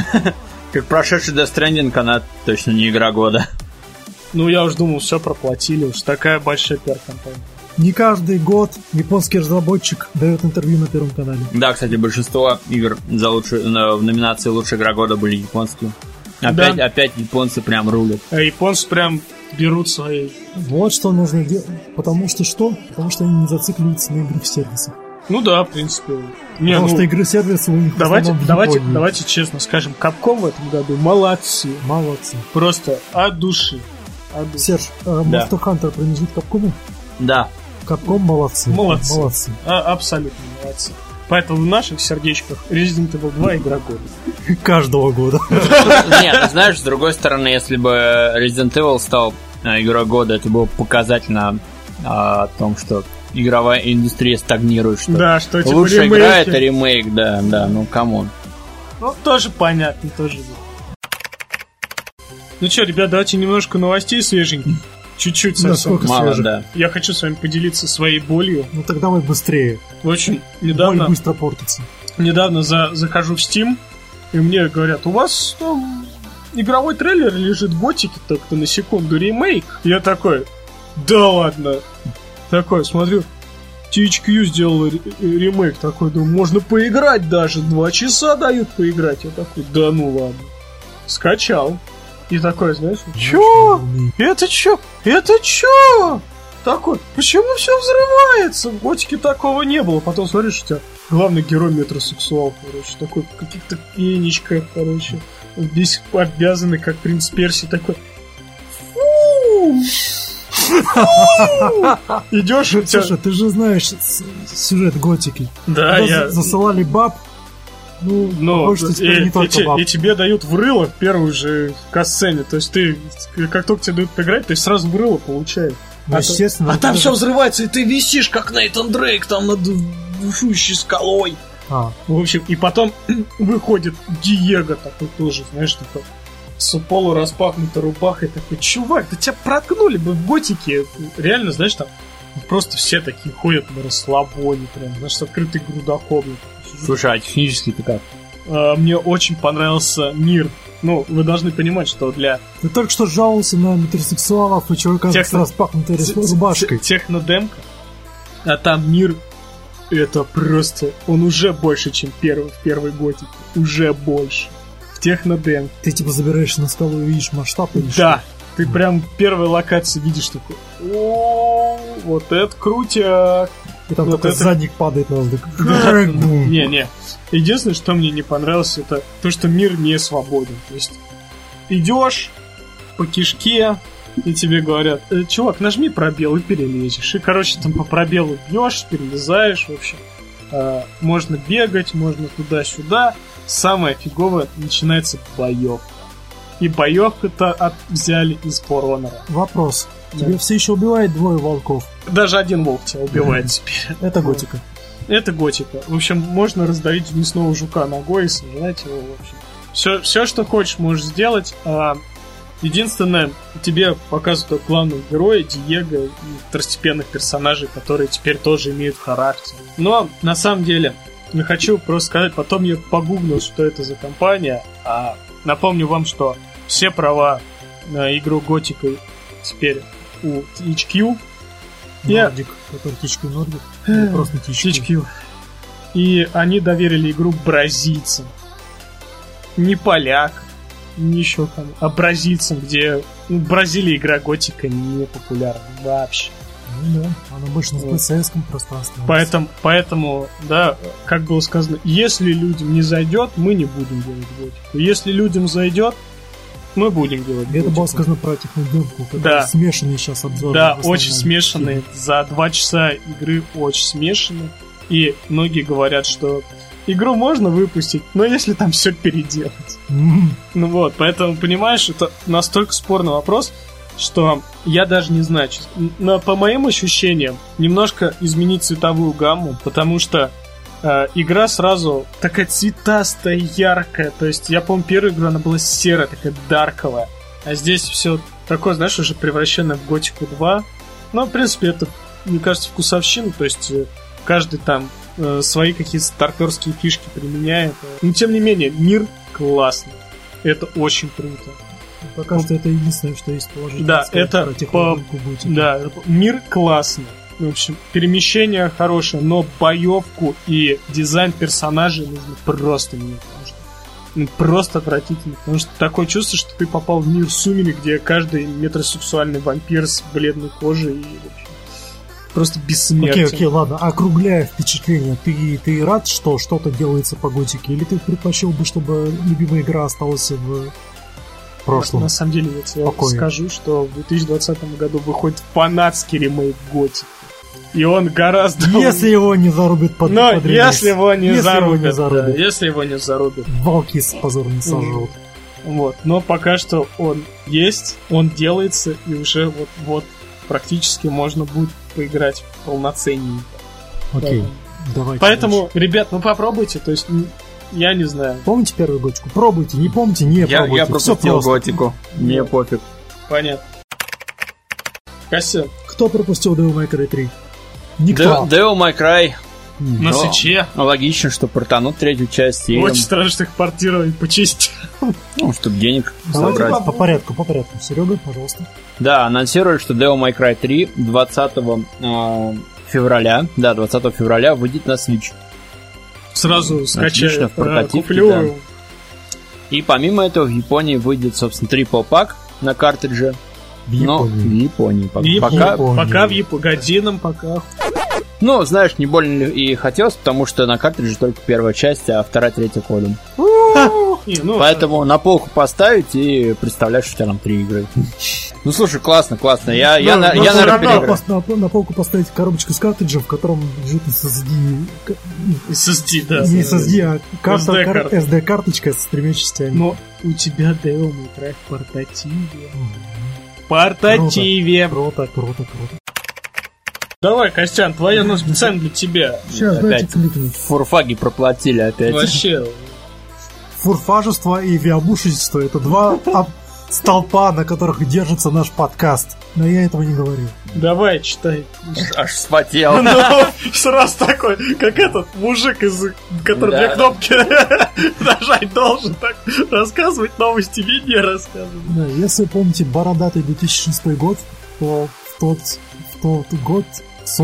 как прошедший Death Stranding, она точно не игра года. Ну, я уж думал, все проплатили, уж такая большая пиар-компания. не каждый год японский разработчик дает интервью на Первом канале. Да, кстати, большинство игр за лучшую, в номинации «Лучшая игра года» были японские. Опять, Да. опять японцы прям рулят. А японцы прям берут свои... Вот что нужно делать. Потому что что? Потому что они не зацикливаются на игры в сервисах. Ну да, в принципе. Не, Потому ну, что игры сервисы у них в давайте, основном в давайте, Японии. давайте честно скажем, Capcom в этом году молодцы. Молодцы. Просто от души. От души. Серж, э, Да. Monster Hunter принадлежит Capcom? Да. Capcom молодцы. Молодцы. Молодцы. А, абсолютно молодцы. Поэтому в наших сердечках Resident Evil два игра года. Каждого года. Нет, ты знаешь, с другой стороны, если бы Resident Evil стал э, игрой года, это было показательно э, о том, что игровая индустрия стагнирует, что Да, что типа лучшая ремейки. игра — это ремейк, да, да, ну камон. Ну, тоже понятно, тоже. Ну что, ребят, давайте немножко новостей свеженьких. Чуть-чуть совсем. Насколько Мало, свежих. да. Я хочу с вами поделиться своей болью. Ну так давай быстрее. В общем, Боль недавно, быстро портится. недавно за, захожу в Steam, и мне говорят, у вас там игровой трейлер лежит Готики, так-то на секунду ремейк. Я такой, да ладно. Такой, смотрю, ти эйч кью сделал ре- ремейк. Такой, думаю, можно поиграть даже. Два часа дают поиграть. Я такой, да ну ладно. Скачал. И такой, знаешь, чё? Это чё? Это чё? Такой, почему все взрывается? В Готике такого не было. Потом смотришь, у тебя главный герой метросексуал, короче. Такой, в каких-то пенечках, короче. Весь обвязанный, как принц Перси. Такой, фу! Идешь, у тебя... Слушай, ты же знаешь с- сюжет Готики. Да, Когда я... за- засылали баб. Ну, Но похоже, что теперь и, не и только те- баб. и тебе дают в рыло в первую же касцене. То есть ты, как только тебе дают поиграть, ты сразу в рыло получаешь. Ну, а естественно. А там это- все взрывается, и ты висишь, как Нейтан Дрейк, там над бушующей скалой. А, В общем, и потом выходит Диего такой тоже, знаешь, такой с полураспахнутой рубахой, такой, чувак, да тебя проткнули бы в Готике. Реально, знаешь, там просто все такие ходят на расслабоне, прям, знаешь, с открытой грудоком. Слушай, а технически-то как? А, Мне очень понравился мир. Ну, вы должны понимать, что для ты только что жаловался на метросексуалов и чувака Техно- с распахнутой те- рубашкой. те- технодемка А там мир, это просто... Он уже больше, чем первый, в первой готике. Уже больше. В технодемке. Ты типа забираешься на скалу и видишь масштаб? Или да. Что? Ты mm. прям первой локации видишь такой... О, вот это крутяк. И там вот только это... задник падает на воздух. Не-не. Единственное, что мне не понравилось, это то, что мир не свободен. То есть идешь по кишке, и тебе говорят: э, чувак, нажми пробел и перелезешь. И, короче, там по пробелу бьешь, перелезаешь, в общем. Э, можно бегать, можно туда-сюда. Самое фиговое начинается боевка. И боевку-то от... взяли из For Honor. Вопрос. Да. Тебя все еще убивает двое волков? Даже один волк тебя убивает теперь. Это готика. Это готика. В общем, можно раздавить мясного жука ногой и сожрать его, в общем. Все, все, что хочешь, можешь сделать. А единственное, тебе показывают главных героев, Диего и второстепенных персонажей, которые теперь тоже имеют характер. Но, на самом деле, не хочу просто сказать, потом я погуглил, что это за компания. А напомню вам, что все права на игру Готика теперь у ти эйч кью. Нордик, который ти эйч кью Нордик, или просто ти эйч кью. ти эйч кью. И они доверили игру бразильцам. Не поляк, не еще кому, а бразильцам, где ну, в Бразилии игра Готика не популярна вообще. Ну да, она больше на пи си эс-ком пространстве. Поэтому, поэтому, да, как было сказано, если людям не зайдет, мы не будем делать Готику. Если людям зайдет, мы будем делать Готику. Это было сказано про технодемку, когда да. смешанные сейчас обзоры. Да, очень смешанные. За два часа игры очень смешанные. И многие говорят, что игру можно выпустить, но если там все переделать. Mm-hmm. Ну вот, поэтому, понимаешь, это настолько спорный вопрос, что я даже не знаю. Но по моим ощущениям, немножко изменить цветовую гамму, потому что э, игра сразу такая цветастая, яркая. То есть, я помню, первая игра, она была серая, такая дарковая. А здесь все такое, знаешь, уже превращенное в Готику два. Но, в принципе, это, мне кажется, вкусовщина. То есть, э, каждый там э, свои какие-то старперские фишки применяет. Но, тем не менее, мир классный. Это очень круто. Пока ну, что это единственное, что есть положительно. Да, это по... да, мир классный. В общем, перемещение хорошее, но боевку и дизайн персонажей нужно просто менять. Ну, просто отвратительно. Потому что такое чувство, что ты попал в мир сумерек, где каждый метросексуальный вампир с бледной кожей и, в общем, просто бессмертен. Окей, окей, ладно, округляя впечатление, ты, ты рад, что что-то делается по Готике? Или ты предпочел бы, чтобы любимая игра осталась в прошлом? На, на самом деле, я тебе Покой. скажу, что в две тысячи двадцатом году выходит фанатский ремейк Готики. И он гораздо... Если его не зарубят под Но под если его не если зарубят, его не зарубят. Да, если его не зарубят. Волки с позором не сожрут. Вот, но пока что он есть, он делается, и уже вот, вот практически можно будет поиграть полноценнее. Окей, давайте. Поэтому, дальше. Ребят, ну попробуйте, то есть... Я не знаю. Помните первую Готику? Пробуйте, не помните, не я, пробуйте. Я пропустил Готику. Мне пофиг. Понятно. Костя. Кто пропустил Devil May Cry три? Никто. Devil May Cry. На Свитче. Логично, что портанут третью часть. И... Очень странно, что их портировать по части. Ну, чтобы денег Давайте собрать. По, по порядку, по порядку. Серега, пожалуйста. Да, анонсировали, что Devil May Cry три двадцатого февраля, да, двадцатого февраля выйдет на Switch. Сразу скачаю, в портативке, куплю. Да. И помимо этого в Японии выйдет, собственно, трипл пак на картридже. В Японии. В Японии. В Японии. Пока, Японии. Пока в Японии. Годинам пока. Ну, знаешь, не больно и хотелось, потому что на картридже только первая часть, а вторая, третья кодом. Ну, Поэтому на полку поставить и представляешь, что у тебя там три игры. Ну, слушай, классно, классно. Я, я, но, на, но я наверное, переиграю. На, на полку поставить коробочку с картриджем, в котором лежит эс эс ди... эс эс ди, да. Не эс эс ди, а карта, эс ди кар... эс ди-карточка с тремя частями. Но у тебя Devil May Cry в портативе. Портативе. Круто, круто, круто. Давай, Костян, твоя, ну, специально для тебя. Сейчас, дайте кликнуть. Фурфаги проплатили опять. Вообще. Фурфажество и виабушечество — это два столпа, на которых держится наш подкаст. Но я этого не говорю. Давай, читай. Аж вспотел. Ну, сразу такой, как этот мужик, из который две кнопки нажать должен, так рассказывать новости, или не рассказывать. Да, если помните бородатый две тысячи шестой год, то в тот, в тот год Sonic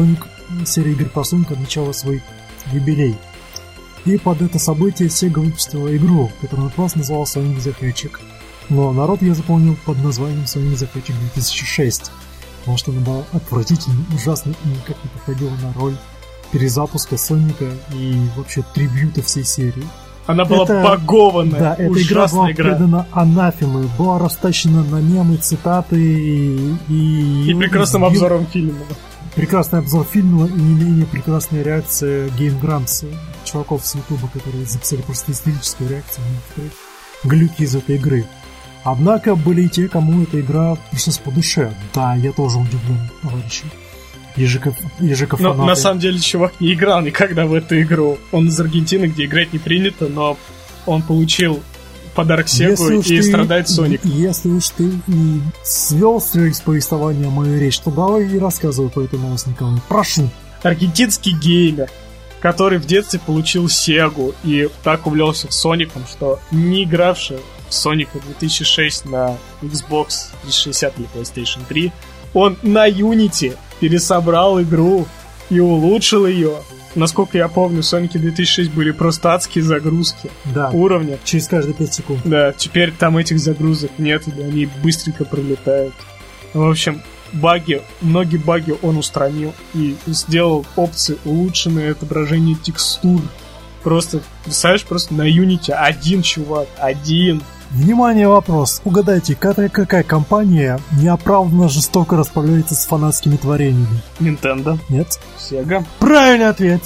серия игр про Соника отмечала свой юбилей. И под это событие Sega выпустила игру, которая на класс называлась Sonic the Hedgehog. Но народ ее запомнил под названием Sonic the Hedgehog две тысячи шесть, потому что она была отвратительной, ужасной и никак не подходила на роль перезапуска Соника и вообще трибьюта всей серии. Она была это, багованная, да, эта игра была игра. предана анафемы, была растащена на мемы, цитаты и... И, и прекрасным и, обзором фильма. Прекрасный обзор фильма и не менее прекрасная реакция Game Grumps, чуваков с Ютуба, которые записали просто истерическую реакцию на глюки из этой игры. Однако были и те, кому эта игра пришлась по душе. Да, я тоже удивлен, товарищи. Ежика, ежика фанаты. Но на самом деле чувак не играл никогда в эту игру. Он из Аргентины, где играть не принято, но он получил подарок Сегу и ты, страдает Соник. Если уж ты и свел с повествования мою речь, то давай и рассказывай по этой новости, Николай. Прошу. Аргентинский геймер, который в детстве получил Сегу и так увлекся Соником, что не игравший в Соника две тысячи шесть на Xbox триста шестьдесят или PlayStation три, он на Unity пересобрал игру и улучшил ее. Насколько я помню, в Сонике две тысячи шесть были просто адские загрузки да, уровня. Через каждые пять секунд. Да, теперь там этих загрузок нет, они быстренько пролетают. В общем, баги, многие баги он устранил и сделал опции улучшенное отображение текстур. Просто, представляешь, просто на Unity один чувак, один. Внимание, вопрос. Угадайте, какая, какая компания неоправданно жестоко расправляется с фанатскими творениями? Nintendo. Нет. Sega. Правильный ответ.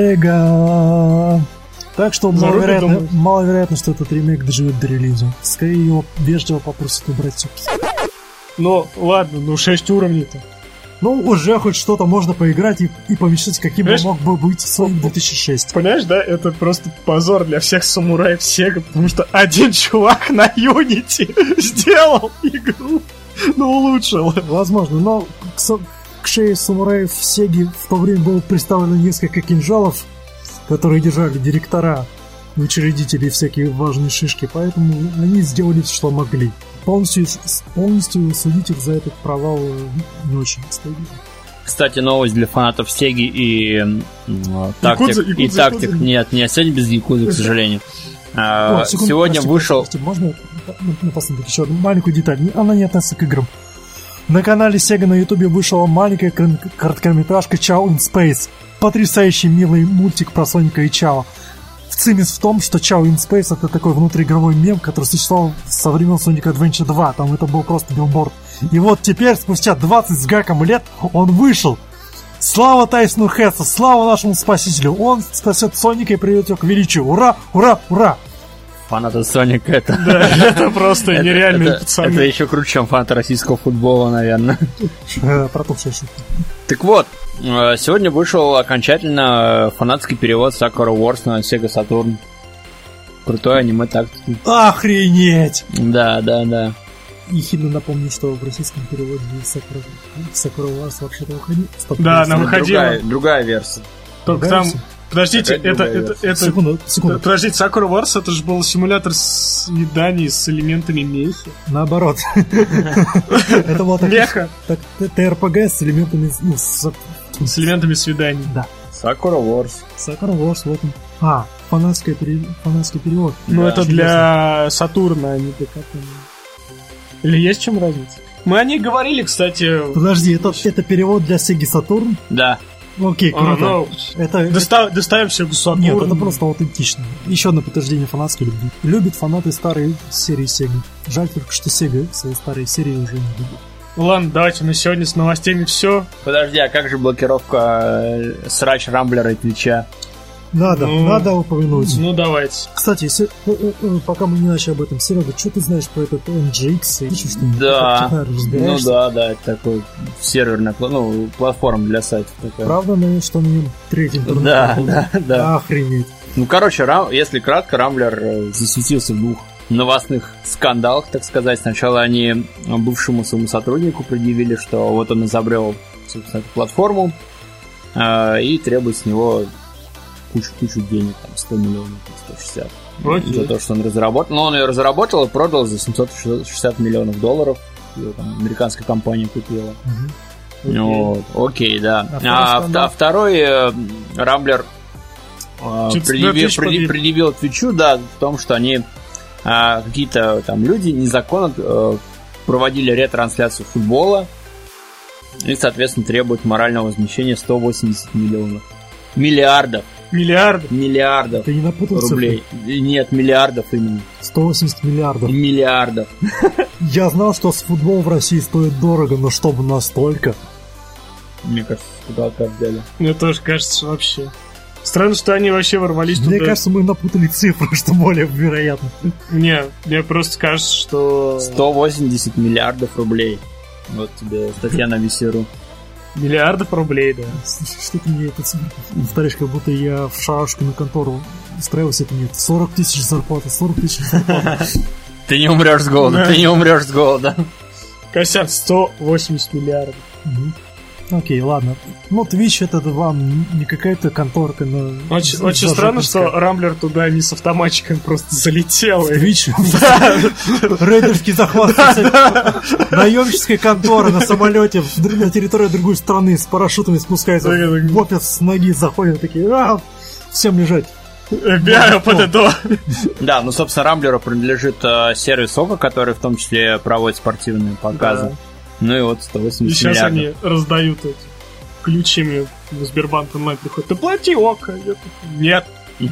Sega. Так что маловероятно, маловероятно, что этот ремейк доживет до релиза. Скорее его вежливо попросят убрать сутки. Ну, ладно, ну шесть уровней-то. Ну, уже хоть что-то можно поиграть и, и помечтать, каким бы мог бы быть Sonic две тысячи шесть. Понимаешь, да? Это просто позор для всех самураев Sega, потому что один чувак на Unity сделал игру, ну, улучшил. Возможно, но к, к шее самураев Sega в то время было представлено несколько кинжалов, которые держали директора, учредители и всякие важные шишки, поэтому они сделали, что могли. Полностью, полностью судить их за этот провал не очень стыдно. Кстати, новость для фанатов Сеги и э, тактик. Якудза, Якудза, и тактик. Якудза. Нет, нет, сегодня без Якудзы, к сожалению. А, О, секунду, сегодня прости, вышел... Прости, можно напоследок еще одну маленькую деталь? Она не относится к играм. На канале Sega на Ютубе вышла маленькая короткометражка Chow in Space. Потрясающий милый мультик про Соника и Чао. Цимис в том, что Chow in Space — это такой внутриигровой мем, который существовал со времен Sonic Adventure два. Там это был просто билборд. И вот теперь, спустя двадцать с гаком лет, он вышел. Слава Тайсону Хэтсу, слава нашему спасителю. Он спасет Соника и приведет его к величию. Ура, ура, ура! Фанаты Соника — это... Да, это просто нереальные пацаны. Это еще круче, чем фанаты российского футбола, наверное. Протухшая шутка. Так вот, сегодня вышел окончательно фанатский перевод Sakura Wars на Sega Saturn. Крутой аниме тактики. Охренеть! Да, да, да. Ехидно напомню, что в российском переводе Sakura, Sakura Wars вообще-то выходила. Да, она выходила. Другая, другая версия. Только там... Подождите, это, это, это... Секунду, секунду. Подождите, Sakura Wars — это же был симулятор свиданий с элементами мехи. Наоборот. Это было так... Меха. тэ эр пэ гэ с элементами... С элементами свиданий. Да. Sakura Wars. Sakura Wars, вот он. А, фанатский перевод. Ну, это для Сатурна, а не для ка-то. Или есть чем разница? Мы о ней говорили, кстати... Подожди, это, это перевод для Sega Saturn? Да. Окей, круто. А, ну, это... Доста... Доставим все Saturn. Нет, это просто аутентично. Еще одно подтверждение фанатской любви. Любят фанаты старой серии Sega. Жаль только, что Sega свои старые серии уже не любит. Ладно, давайте на сегодня с новостями все. Подожди, а как же блокировка срач Рамблера и Твича? Надо, ну, надо упомянуть. Ну, давайте. Кстати, если, пока мы не начали об этом, Серега, что ты знаешь про этот эн джи икс? Да, ну да, да, это такой серверная, ну, платформа для сайтов такая. Правда, ну, что на нем третий интернет? Да, да, да. Охренеть. Ну, короче, если кратко, Рамблер засветился в двух новостных скандалах, так сказать. Сначала они бывшему своему сотруднику предъявили, что вот он изобрел, собственно, эту платформу и требует с него кучу-кучу денег, там, сто миллионов, сто шестьдесят. Okay. За то, что он разработал. Но он ее разработал и продал за семьсот шестьдесят миллионов долларов. Ее там американская компания купила. Uh-huh. Вот, окей, да. А А, а второй э, Рамблер э, Чуть предъявил, Twitch предъявил, побил. предъявил Твичу, да, в том, что они э, какие-то там люди незаконно э, проводили ретрансляцию футбола и, соответственно, требуют морального возмещения сто восемьдесят миллионов. Миллиардов. Миллиарды. Миллиардов Ты не напутал рублей. Нет, миллиардов именно. сто восемьдесят миллиардов. Миллиардов. Я знал, что с футбол в России стоит дорого, но чтобы настолько. Мне кажется, куда так взяли. Мне тоже кажется, что вообще. Странно, что они вообще ворвались Мне туда. кажется, мы напутали цифры, что более вероятно. Не, мне просто кажется, что... сто восемьдесят миллиардов рублей. Вот тебе статья на Весеру. Миллиардов рублей, да. Слушай, что ты мне это цифры повторяешь, как будто я в шарашку на контору устраивался, это нет. сорок тысяч зарплаты, сорок тысяч зарплаты. Ты не умрешь с голода, Да. ты не умрешь с голода. Косяк, сто восемьдесят миллиардов. Мгм. Окей, ладно. Ну, Twitch это вам не какая-то конторка, но... Очень, за- очень странно, что зажопинская. Рамблер туда не с автоматчиком просто залетел. и- Twitch? Рейдерский захват. Наемническая контора на самолете в др- на территорию другой страны с парашютами спускается. Так, так. В офис с ноги заходят, такие, а, всем лежать. эф би ай ОПДДО. Да, ну, собственно, Рамблеру принадлежит э, сервис Ока, который в том числе проводит спортивные показы. Да. Ну и вот сто И восемьдесят сейчас миллиардов. они раздают эти ключи мне в Сбербанк онлайн приходят. Ты плати око. Я такой, нет.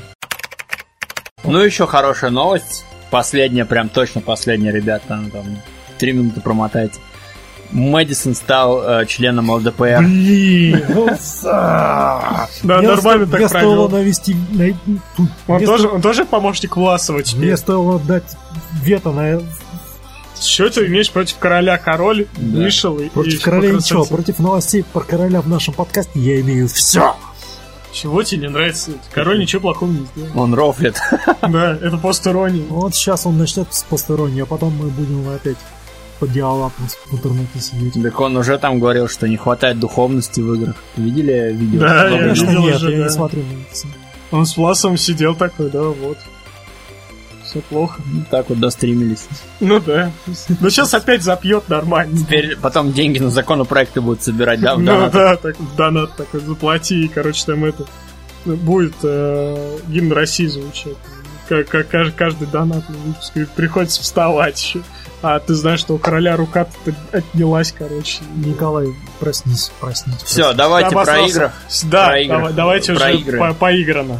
Ну, еще хорошая новость. Последняя, прям точно последняя, ребята. Ну, там, три минуты промотайте. Мэдисон стал э, членом эл дэ пэ эр. Блин, ну, Да, мне нормально сто- так мне стоило провел. навести... на- тут- Он мне тоже, сто- он тоже помощник Власова теперь. Мне стоило дать вето на... Что ты имеешь против короля? Король Да. вышел и... Против и короля по ничего, красоте. против новостей про короля в нашем подкасте я имею все. Чего тебе не нравится? Король ничего плохого не сделал. Он рофлит. Да, это посторонний. Вот сейчас он начнет с посторонней, а потом мы будем опять по диалапам в интернете сидеть. Так он уже там говорил, что не хватает духовности в играх. Видели видео? Да, я Конечно, видел нет, уже, я да. не смотрю на это. Он с Власовым сидел такой, да, вот. Все плохо. Так вот достримились. Ну да. Но сейчас опять запьет нормально. Теперь потом деньги на законопроекты будут собирать, да, в Ну донат. да, так в донат такой заплати, и, короче, там это будет э, гимн России звучать. Как, как каждый, каждый донатный выпуск. И приходится вставать еще. А ты знаешь, что у короля рука-то отнялась, короче. Николай, проснись, проснись. Все, давайте про Обосрался. игры. Да, Про игры. давай- давайте Про уже игры. по- поиграно.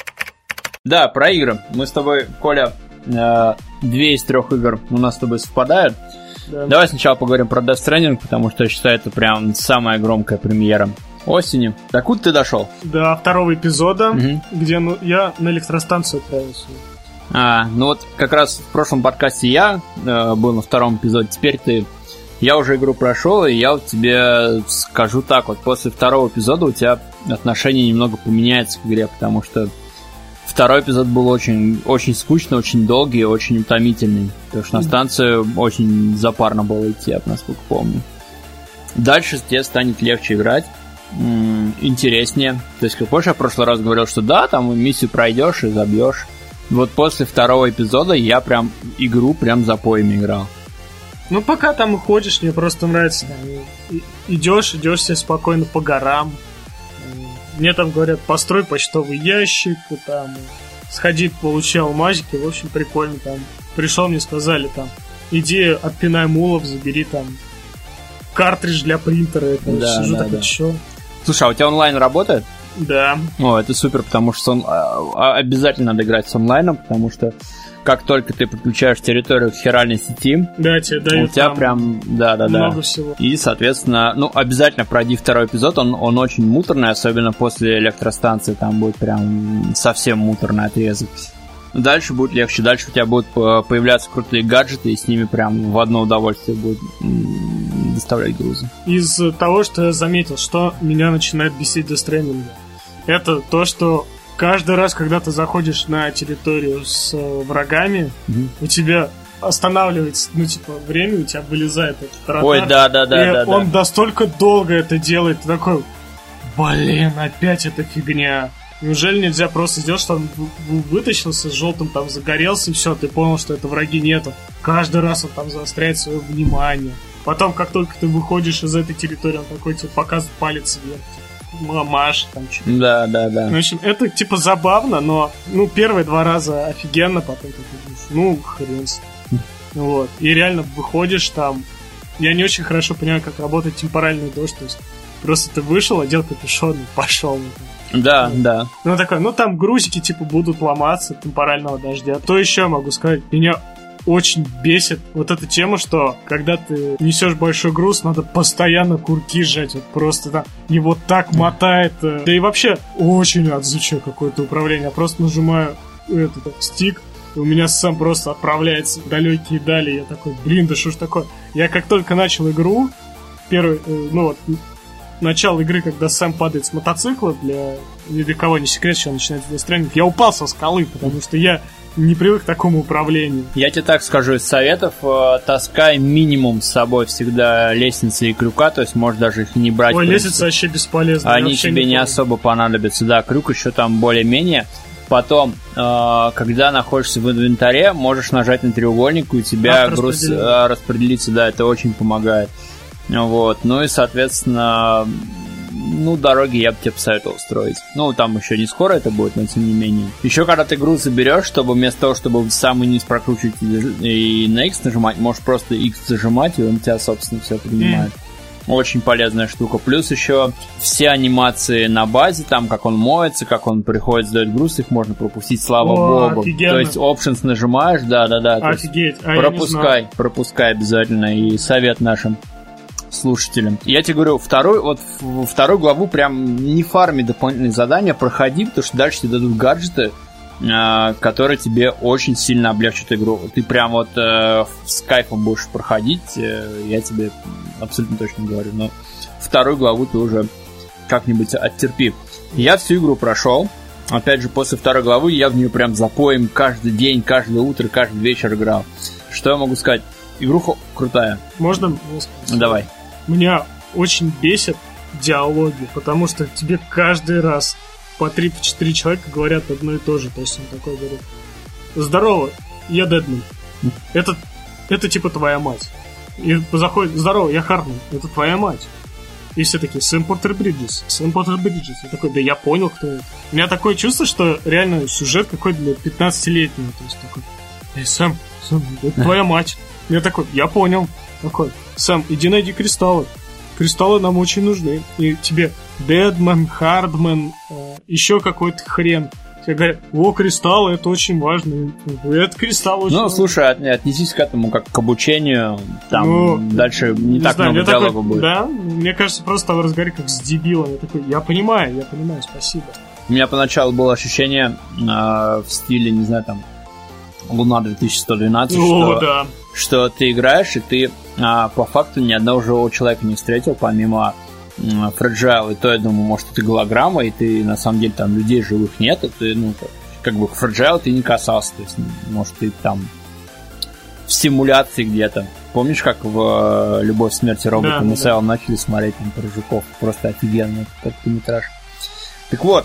Да, про игры. Мы с тобой, Коля, э, две из трех игр у нас с тобой совпадают. Да. Давай сначала поговорим про Death Stranding, потому что я считаю, это прям самая громкая премьера осени. Так куда ты дошел? До второго эпизода, Мгм. где ну, я на электростанцию отправился. А, ну вот как раз в прошлом подкасте я э, был на втором эпизоде, теперь ты. Я уже игру прошел, и я вот тебе скажу так, вот после второго эпизода у тебя отношение немного поменяется к игре, потому что второй эпизод был очень, очень скучный, очень долгий, очень утомительный. Потому что на станцию очень запарно было идти, я насколько помню. Дальше тебе станет легче играть, м, интереснее. То есть, как помнишь, я в прошлый раз говорил, что да, там миссию пройдешь и забьешь. Вот после второго эпизода я прям игру прям запоями играл. Ну, пока там и ходишь, мне просто нравится. Там, и- идешь, идешь себе спокойно по горам. Мне там говорят, построй почтовый ящик, и там сходи, получи алмазики. В общем, прикольно там. Пришел, мне сказали там, иди отпинай мулов, забери там картридж для принтера. Это Да, сижу да, такой, да. чё? Слушай, а у тебя онлайн работает? Да. О, это супер, потому что с он- а, обязательно надо играть с онлайном, потому что как только ты подключаешь территорию к хиральной сети, Да, тебе у дают тебя там прям, да-да-да. много всего. И, соответственно, ну, обязательно пройди второй эпизод, он, он очень муторный, особенно после электростанции, там будет прям совсем муторный отрезок. Дальше будет легче, дальше у тебя будут по- появляться крутые гаджеты, и с ними прям в одно удовольствие будет м, доставлять грузы. Из того, что я заметил, что меня начинает бесить Death Stranding, это то, что каждый раз, когда ты заходишь на территорию с э, врагами, Мгм. у тебя останавливается, ну, типа, время, у тебя вылезает этот радар. Ой, да-да-да. и да, да. он настолько долго это делает, ты такой, блин, опять эта фигня. Неужели нельзя просто сделать, что он в- в- вытащился с желтым, там загорелся, и все, ты понял, что это враги нету. Каждый раз он там заостряет свое внимание. Потом, как только ты выходишь из этой территории, он такой тебе показывает палец вверх, типа, Маш, там что-то. Да, да, да. В общем, это типа забавно, но ну первые два раза офигенно, потом ты думаешь, ну хрен с ним. Вот. И реально выходишь там. Я не очень хорошо понимаю, как работает темпоральный дождь. То есть просто ты вышел, одел капюшон и пошел. Да, да. Ну такой, ну там грузики типа будут ломаться от темпорального дождя. То еще могу сказать, меня очень бесит вот эта тема, что когда ты несешь большой груз, надо постоянно курки сжать. Вот просто там его так мотает. Да и вообще очень отзучаю какое-то управление. Я просто нажимаю этот стик, и у меня сам просто отправляется в далекие дали. Я такой, блин, да что ж такое? Я как только начал игру, первый, ну вот, начало игры, когда Сэм падает с мотоцикла, для ни для кого не секрет, что он начинает выстрелить, я упал со скалы, потому что я не привык к такому управлению. Я тебе так скажу из советов, э, таскай минимум с собой всегда лестницы и крюка, то есть можешь даже их не брать. Ой, лестница вообще бесполезна. Они тебе не, не особо понадобятся, да, крюк еще там более-менее. Потом, э, когда находишься в инвентаре, можешь нажать на треугольник, и у тебя груз э, распределится, да, это очень помогает. Вот, ну и, соответственно, ну, дороги я бы тебе посоветовал строить. Ну, там еще не скоро это будет, но тем не менее. Еще когда ты груз заберешь, чтобы вместо того, чтобы в самый низ прокручивать и на X нажимать, можешь просто X зажимать, и он тебя, собственно, все принимает. Mm. Очень полезная штука. Плюс еще все анимации на базе, там, как он моется, как он приходит сдать груз, их можно пропустить, слава О, богу. офигенно. То есть options нажимаешь, да-да-да. Офигеть. А пропускай, пропускай обязательно. И совет нашим слушателям. Я тебе говорю, второй, вот вторую главу прям не фарми дополнительные задания, проходи, потому что дальше тебе дадут гаджеты, э, которые тебе очень сильно облегчат игру. Ты прям вот э, с кайфом будешь проходить, э, я тебе абсолютно точно говорю. Но вторую главу ты уже как-нибудь оттерпи. Я всю игру прошел. Опять же, после второй главы я в нее прям запоем каждый день, каждое утро, каждый вечер играл. Что я могу сказать? Игруха крутая. Можно? Давай. Меня очень бесит диалоги, потому что тебе каждый раз по три-четыре человека говорят одно и то же. То есть он такой говорит: здорово, я Дедман. Это, это типа твоя мать. И заходит: здорово, я Хартман. Это твоя мать. И все такие: Сэм Портер Бриджес, Сэм Портер Бриджес. Я такой: да я понял, кто это. У меня такое чувство, что реально сюжет какой-то для пятнадцатилетнего. То есть такой: эй, Сэм, Сэм, это твоя мать. Я такой: я понял. Такой: Сэм, иди найди кристаллы. Кристаллы нам очень нужны. И тебе Дедман, Хардман, э, еще какой-то хрен. Тебе говорят: о, кристаллы, это очень важно. Это кристалл очень Ну, важно. слушай, от, отнесись к этому как к обучению. Там ну, дальше не, не так знаю, много диалога такой, будет. Да, мне кажется, просто в разговоре как с дебилом. Я такой: я понимаю, я понимаю, спасибо. У меня поначалу было ощущение э, в стиле, не знаю, там Луна две тысячи сто двенадцать, О, что, да. что ты играешь, и ты а, по факту ни одного живого человека не встретил, помимо Fragile. И то, я думаю, может, это голограмма, и ты, на самом деле, там людей живых нет, и ты, ну, как, как бы к Fragile ты не касался. То есть, может, ты там в симуляции где-то. Помнишь, как в «Любовь, смерть и роботы» да, мы да, с Эллом начали смотреть там про жуков? Просто офигенно, короткометраж. Так вот,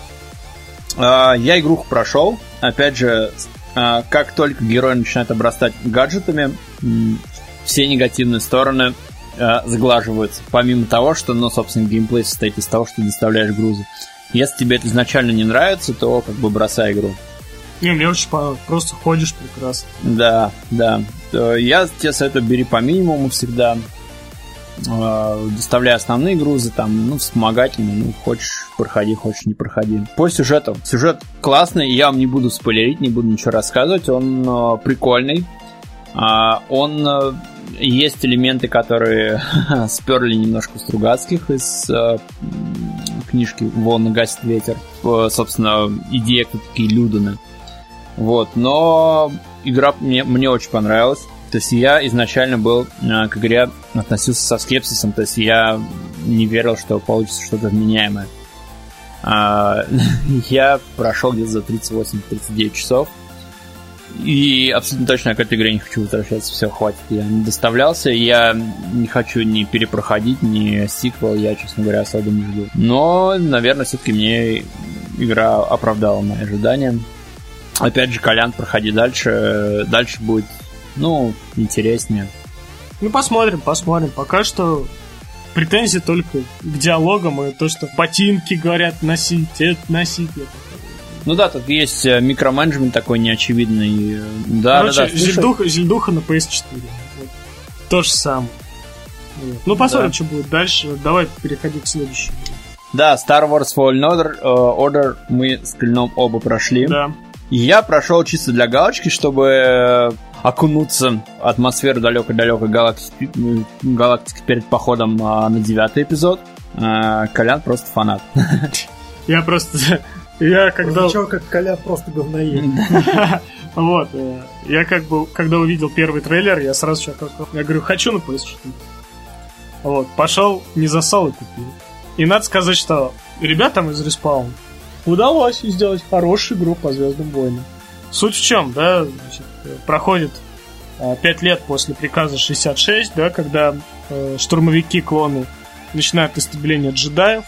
э, я игруху прошел. Опять же, э, как только герой начинает обрастать гаджетами, э, все негативные стороны э, сглаживаются. Помимо того, что, ну, собственно, геймплей состоит из того, что ты доставляешь грузы. Если тебе это изначально не нравится, то как бы бросай игру. Не, мне очень понравилось. Просто ходишь прекрасно. Да, да. Я тебе советую, бери по минимуму всегда. Доставляй основные грузы, там, ну, вспомогательные. Ну, хочешь, проходи, хочешь, не проходи. По сюжету. Сюжет классный, я вам не буду спойлерить, не буду ничего рассказывать. Он э, прикольный. Э, он... Э, есть элементы, которые сперли немножко Стругацких из э, книжки «Волны гасит ветер». Э, собственно, идея, кто такие Людены. Вот, но игра мне, мне очень понравилась. То есть я изначально был э, к игре относился со скепсисом, то есть я не верил, что получится что-то вменяемое. Э, я прошел где-то за тридцать восемь - тридцать девять часов. И абсолютно точно к этой игре не хочу возвращаться. Все, хватит. Я не доставлялся. Я не хочу ни перепроходить, ни сиквел. Я, честно говоря, особо не жду. Но, наверное, все-таки мне игра оправдала мои ожидания. Опять же, Колян, проходи дальше. Дальше будет, ну, интереснее. Ну, посмотрим, посмотрим. Пока что претензии только к диалогам и то, что ботинки говорят носить, это носить. Это. Ну да, тут есть микроменеджмент такой неочевидный. Да, Короче, да, да, Зельдуха, Зельдуха на пи эс четыре. Вот. То же самое. Вот. Ну, посмотрим, да. Что будет дальше. Давай переходи к следующему. Да, Star Wars Fallen Order, uh, Order мы с Клином оба прошли. Да. Я прошел чисто для галочки, чтобы окунуться в атмосферу далекой-далекой галактики, галактики перед походом uh, на девятый эпизод. Uh, Колян просто фанат. Я просто... Я когда... Ничего, как Колян просто говноед. Вот. Я как бы, когда увидел первый трейлер, я сразу я говорю, хочу на пи эс четыре. Вот. Пошел, не засал и купил. И надо сказать, что ребятам из Respawn удалось сделать хорошую игру по Звездным войнам. Суть в чем, да, значит, проходит пять лет после приказа шестьдесят шесть, да, когда э, штурмовики-клоны начинают истребление джедаев,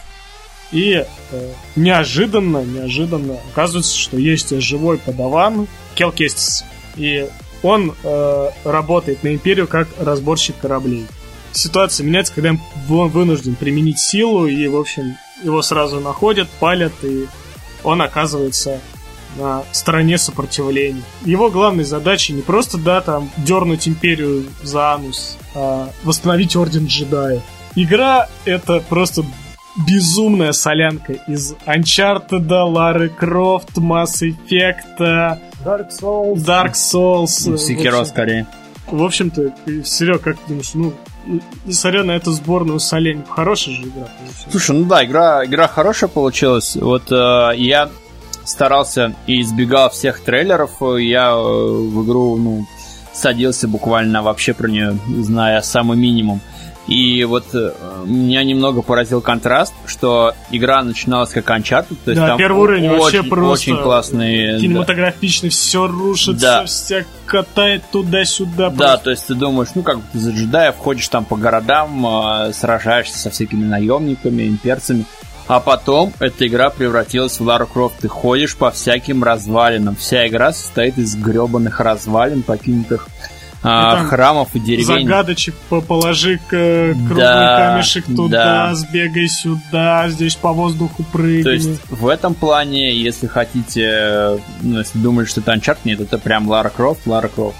и э, неожиданно, неожиданно оказывается, что есть живой подаван Кел Кестис, и он э, работает на Империю как разборщик кораблей. Ситуация меняется, когда он вынужден применить силу, и, в общем, его сразу находят, палят, и он оказывается на стороне сопротивления. Его главной задачей не просто, да, там, дернуть Империю за анус, а восстановить Орден Джедаев. Игра — это просто безумная солянка из Uncharted, Лары Крофт, Mass Effect, Dark Souls, Dark Souls. Секиро скорее. В общем-то, Серег, как ты думаешь, ну, несмотря на эту сборную соленьку, хорошая же игра получилась? Слушай, ну да, игра, игра хорошая получилась. Вот э, я старался и избегал всех трейлеров. Я э, в игру, ну, садился буквально вообще про нее, зная самый минимум. И вот э, меня немного поразил контраст, что игра начиналась как Uncharted, то есть да, там первый уровень очень, вообще просто очень классные, кинематографичный, да. Все рушится, да. Вся катает туда-сюда. Да, просто. То есть ты думаешь, ну как бы ты за джедаев ходишь там по городам, э, сражаешься со всякими наемниками, имперцами, а потом эта игра превратилась в Лару Крофт. Ты ходишь по всяким развалинам. Вся игра состоит из гребаных развалин, покинутых А, и храмов и деревень. Загадочек положи круглый да, камешек туда, да. Сбегай сюда, здесь по воздуху прыгай. То есть в этом плане, если хотите, ну, если думаете, что это Uncharted, нет, это прям Лара Крофт, Лара Крофт.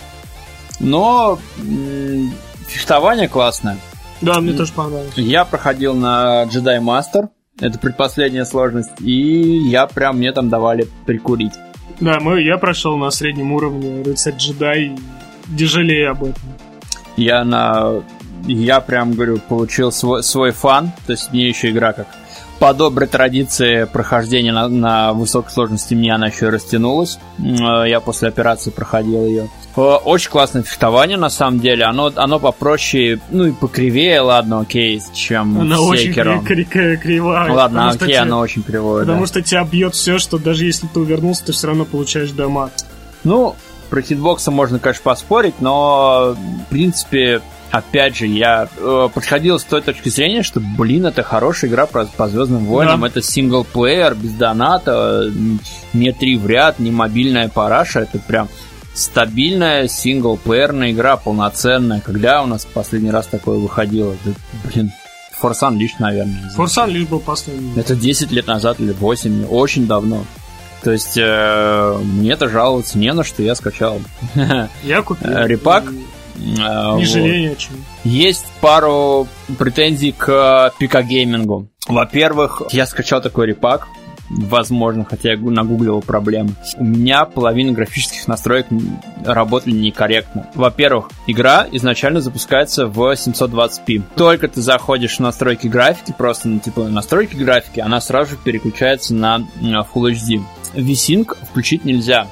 Но м- фехтование классное. Да, мне тоже понравилось. Я проходил на Jedi Master, это предпоследняя сложность, и я прям, мне там давали прикурить. Да, мы, я прошел на среднем уровне Рыцарь Джедай, где жалею об этом. Я на... Я прям, говорю, получил свой, свой фан. То есть мне еще игра как по доброй традиции прохождения на, на высокой сложности мне она еще растянулась. Я после операции проходил ее. Очень классное фехтование, на самом деле. Оно, оно попроще, ну и покривее, ладно, окей, чем она Секиро. Очень кри- кри- кривая. Ладно, окей, тебя, оно очень кривое. Потому да. что тебя бьет все, что даже если ты увернулся, ты все равно получаешь дамаг. Ну, про хитбоксы можно, конечно, поспорить, но, в принципе, опять же, я э, подходил с той точки зрения, что, блин, это хорошая игра по, по Звездным войнам, да. Это синглплеер, без доната, не три в ряд, не мобильная параша, это прям стабильная синглплеерная игра, полноценная. Когда у нас в последний раз такое выходило? Да, блин, Force Unleashed, наверное. Force Unleashed был последний. Это десять лет назад или восемь, очень давно. То есть э, мне-то жаловаться не на что, я скачал. Я купил. Репак. Не вот. Жалею о чем. Есть пару претензий к пикагеймингу. Во-первых, я скачал такой репак. Возможно, хотя я нагуглил проблемы. У меня половина графических настроек работали некорректно. Во-первых, игра изначально запускается в семьсот двадцать пи. Только ты заходишь в настройки графики, просто на типа настройки графики, она сразу же переключается на Full эйч ди. V-Sync включить нельзя.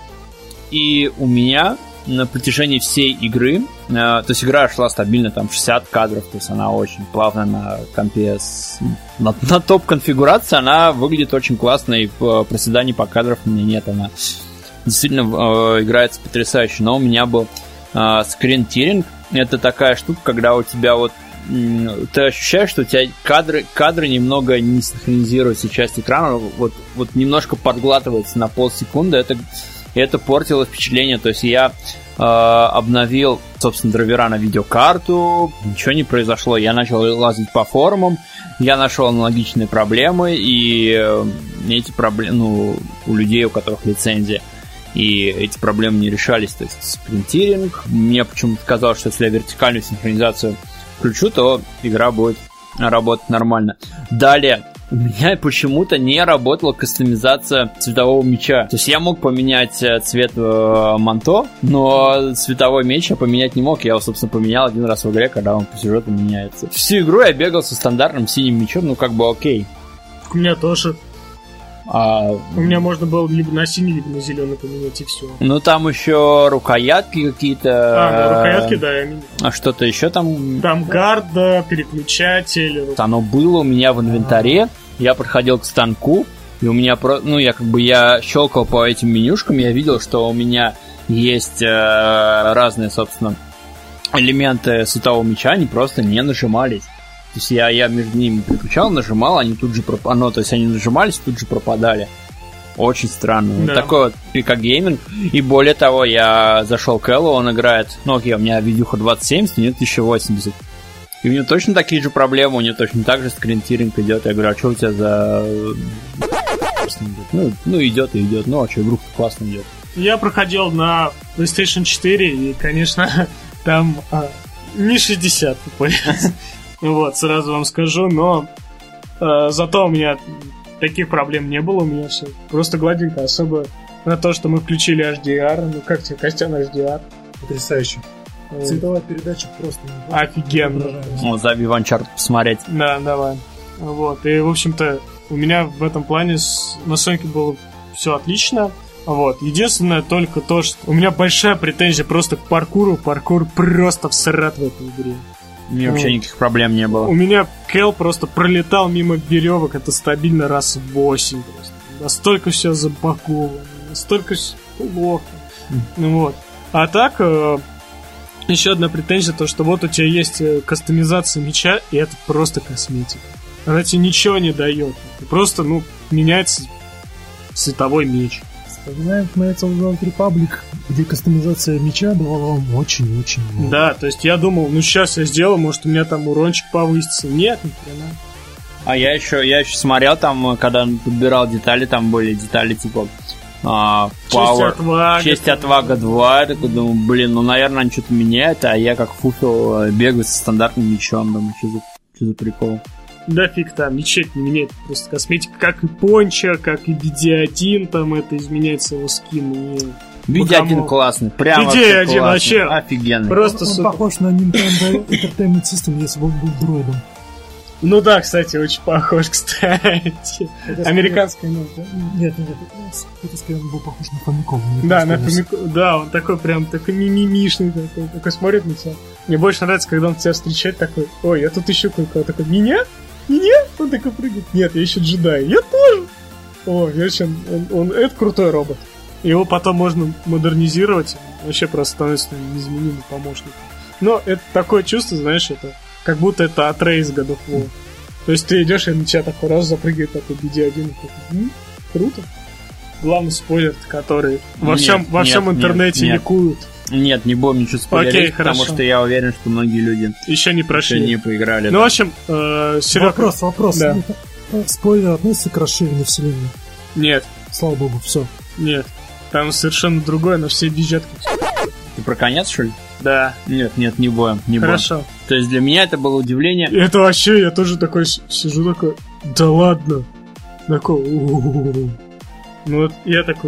И у меня на протяжении всей игры, э, то есть игра шла стабильно, там шестьдесят кадров, то есть она очень плавно на компе с, на, на топ-конфигурации, она выглядит очень классно, и в проседании по кадрам у меня нет, она действительно э, играется потрясающе, но у меня был э, скрин-тиринг, это такая штука, когда у тебя вот э, ты ощущаешь, что у тебя кадры, кадры немного не синхронизируются, часть экрана вот, вот немножко подглатывается на полсекунды, это И это портило впечатление. То есть я обновил, собственно, драйвера на видеокарту, ничего не произошло. Я начал лазить по форумам, я нашел аналогичные проблемы, и эти проблемы, ну, у людей, у которых лицензия, и эти проблемы не решались. То есть спринтиринг, мне почему-то казалось, что если я вертикальную синхронизацию включу, то игра будет работать нормально. Далее, у меня почему-то не работала кастомизация цветового меча. То есть я мог поменять цвет э, манто, но цветовой меч я поменять не мог. Я его, собственно, поменял один раз в игре, когда он по сюжету меняется. Всю игру я бегал со стандартным синим мечом, ну как бы окей. У меня тоже. А... У меня можно было либо на синий, либо на зеленый поменять, и все. Ну там еще рукоятки какие-то. А, ну рукоятки, да, я менял. А что-то еще там? Там гарда, переключатель. Оно было у меня в инвентаре. Я подходил к станку, и у меня, ну, я как бы, я щелкал по этим менюшкам, я видел, что у меня есть э, разные, собственно, элементы светового меча, они просто не нажимались. То есть я, я между ними переключал, нажимал, они тут же пропадали, ну, то есть они нажимались, тут же пропадали. Очень странно. Да. Вот такой вот пика-гейминг. И более того, я зашел к Эллу, он играет, ну, окей, у меня видюха двадцать семьдесят, у него тысяча восемьдесят. И у него точно такие же проблемы, у него точно так же скринтиринг идет. Я говорю, а что у тебя за... Ну, ну идет и идет. Ну, а что, игрушка классно идет. Я проходил на PlayStation четыре, и, конечно, там а, не шестьдесят эф пи эс. Вот, сразу вам скажу, но а, зато у меня таких проблем не было, у меня все просто гладенько, особо на то, что мы включили эйч ди ар. Ну, как тебе, Костян, эйч ди ар? Потрясающе. Цветовая передача просто... Офигенно. Ну, забей Uncharted посмотреть. Да, давай. Вот, и, в общем-то, у меня в этом плане с... на Соньке было все отлично. Вот, единственное только то, что у меня большая претензия просто к паркуру. Паркур просто всрат в этой игре. У меня вообще никаких проблем не было. У меня Кэл просто пролетал мимо веревок, это стабильно раз в восемь просто. Настолько все забаговано, настолько все плохо. Mm. Ну вот. А так... Еще одна претензия, то что вот у тебя есть кастомизация меча, и это просто косметика. Она тебе ничего не дает. Просто, ну, меняется цветовой меч. Вспоминаем Knights of the Old Republic, где кастомизация меча давала вам очень-очень много. Да, то есть я думал, ну сейчас я сделаю, может у меня там урончик повысится. Нет, ни хрена. А я еще, я еще смотрел там, когда подбирал детали, там были детали типа... Uh, Честь отвага. Честь отвага два. Я такой думаю, блин, ну, наверное, они что-то меняют, а я как фуфел бегаю со стандартным мечом. Думаю, что за, что за прикол? Да фиг там, ничего не меняет. Просто косметика, как и Понча, как и би ди один, там это изменяется его скин. И... би ди один классный, прямо би ди один вообще офигенный. Просто он, он супер. похож на Nintendo Entertainment System, если бы он был дроидом. Ну да, кстати, очень похож, кстати. Это американская нот, да? Нет, нет, это скорее он был похож на Famicom. Да, на Famicom, да, он такой прям такой мимимишный, такой, такой смотрит на тебя. Мне больше нравится, когда он тебя встречает такой, ой, я тут ищу кое-кого, такой, меня? Меня? Он такой прыгает, нет, я ищу джедая, я тоже. О, я очень, он, он, это крутой робот. Его потом можно модернизировать, вообще просто становится незаменимым помощником. Но это такое чувство, знаешь, это как будто это Атрейс God of War. То есть ты идешь, и на тебя такой раз запрыгивает такой би ди один. Такой, м-м, круто. Главный спойлер, который во нет, всем, во всем нет, интернете нет, ликует. Нет, не будем ничего спойлерить, Окей, потому хорошо. что я уверен, что многие люди еще не прошли. еще не поиграли. Ну, да. в общем, э, Серега... Вопрос, вопрос. Да. Спойлер относится к расширенной вселенной? Нет. Слава богу, все. Нет. Там совершенно другое, но все визжат. Ты про конец, что ли? Да. Нет, нет, не будем, не будем. Хорошо. То есть для меня это было удивление. И это вообще, я тоже такой сижу такой, да ладно. Такой, у-у-у-у. Ну вот я такой,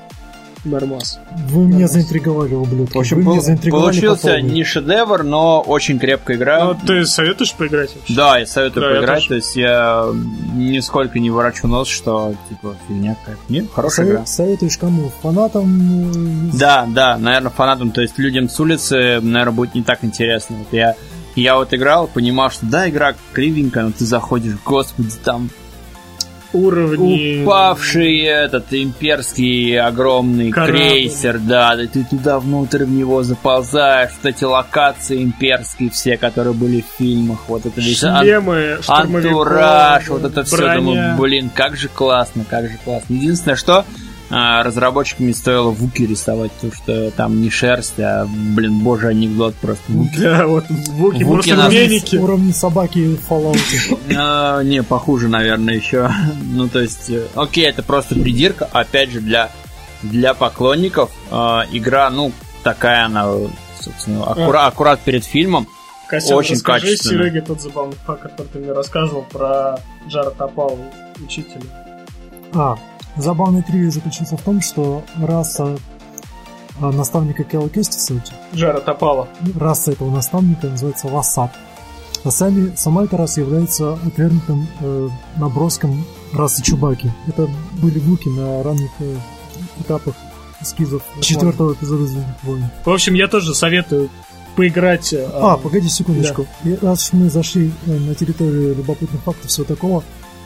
нормас. Вы меня заинтриговали, ублюдки. В общем, Вы меня заинтриговали получился не шедевр, но очень крепкая игра. Ну, ты советуешь поиграть вообще? Да, я советую да, поиграть. Я то есть я нисколько не ворочу нос, что типа фигня какая-то. Нет, хорошая Совет, игра. Советуешь кому? Фанатам? Да, да, наверное, фанатам. То есть людям с улицы, наверное, будет не так интересно. Вот я, я вот играл, понимал, что да, игра кривенькая, но ты заходишь, господи, там уровни... упавший этот имперский огромный корабль. Крейсер, да, да, ты туда внутрь в него заползаешь, вот эти локации имперские все, которые были в фильмах, вот это весь шлемы, ан- антураж, вот это броня. все, думаю, блин, как же классно, как же классно. Единственное, что а, разработчиками стоило Вуки рисовать, потому что там не шерсть, а, блин, божий анекдот просто. Вуки. Да, вот Вуки, Вуки просто веники. Уровни собаки в Fallout. А, не, похуже, наверное, еще. Ну, то есть, окей, это просто придирка, опять же, для, для поклонников. А, игра, ну, такая она, собственно, аккура- а. аккурат перед фильмом. Костян, очень расскажи качественно. Сереге тот забавный факт, который ты мне рассказывал про Джара Топалу, учителя. А, забавный тривия заключается в том, что раса а, наставника Кэлла Кестиса, Джара Топала. раса этого наставника называется Вассат. А сами, сама эта раса является отвергнутым э, наброском расы Чубаки. Это были Вуки на ранних э, этапах эскизов четвертого эпизода «Звездных войн». В общем, я тоже советую поиграть... А, а погоди секундочку. Да. И раз мы зашли на территорию любопытных фактов, всего такого,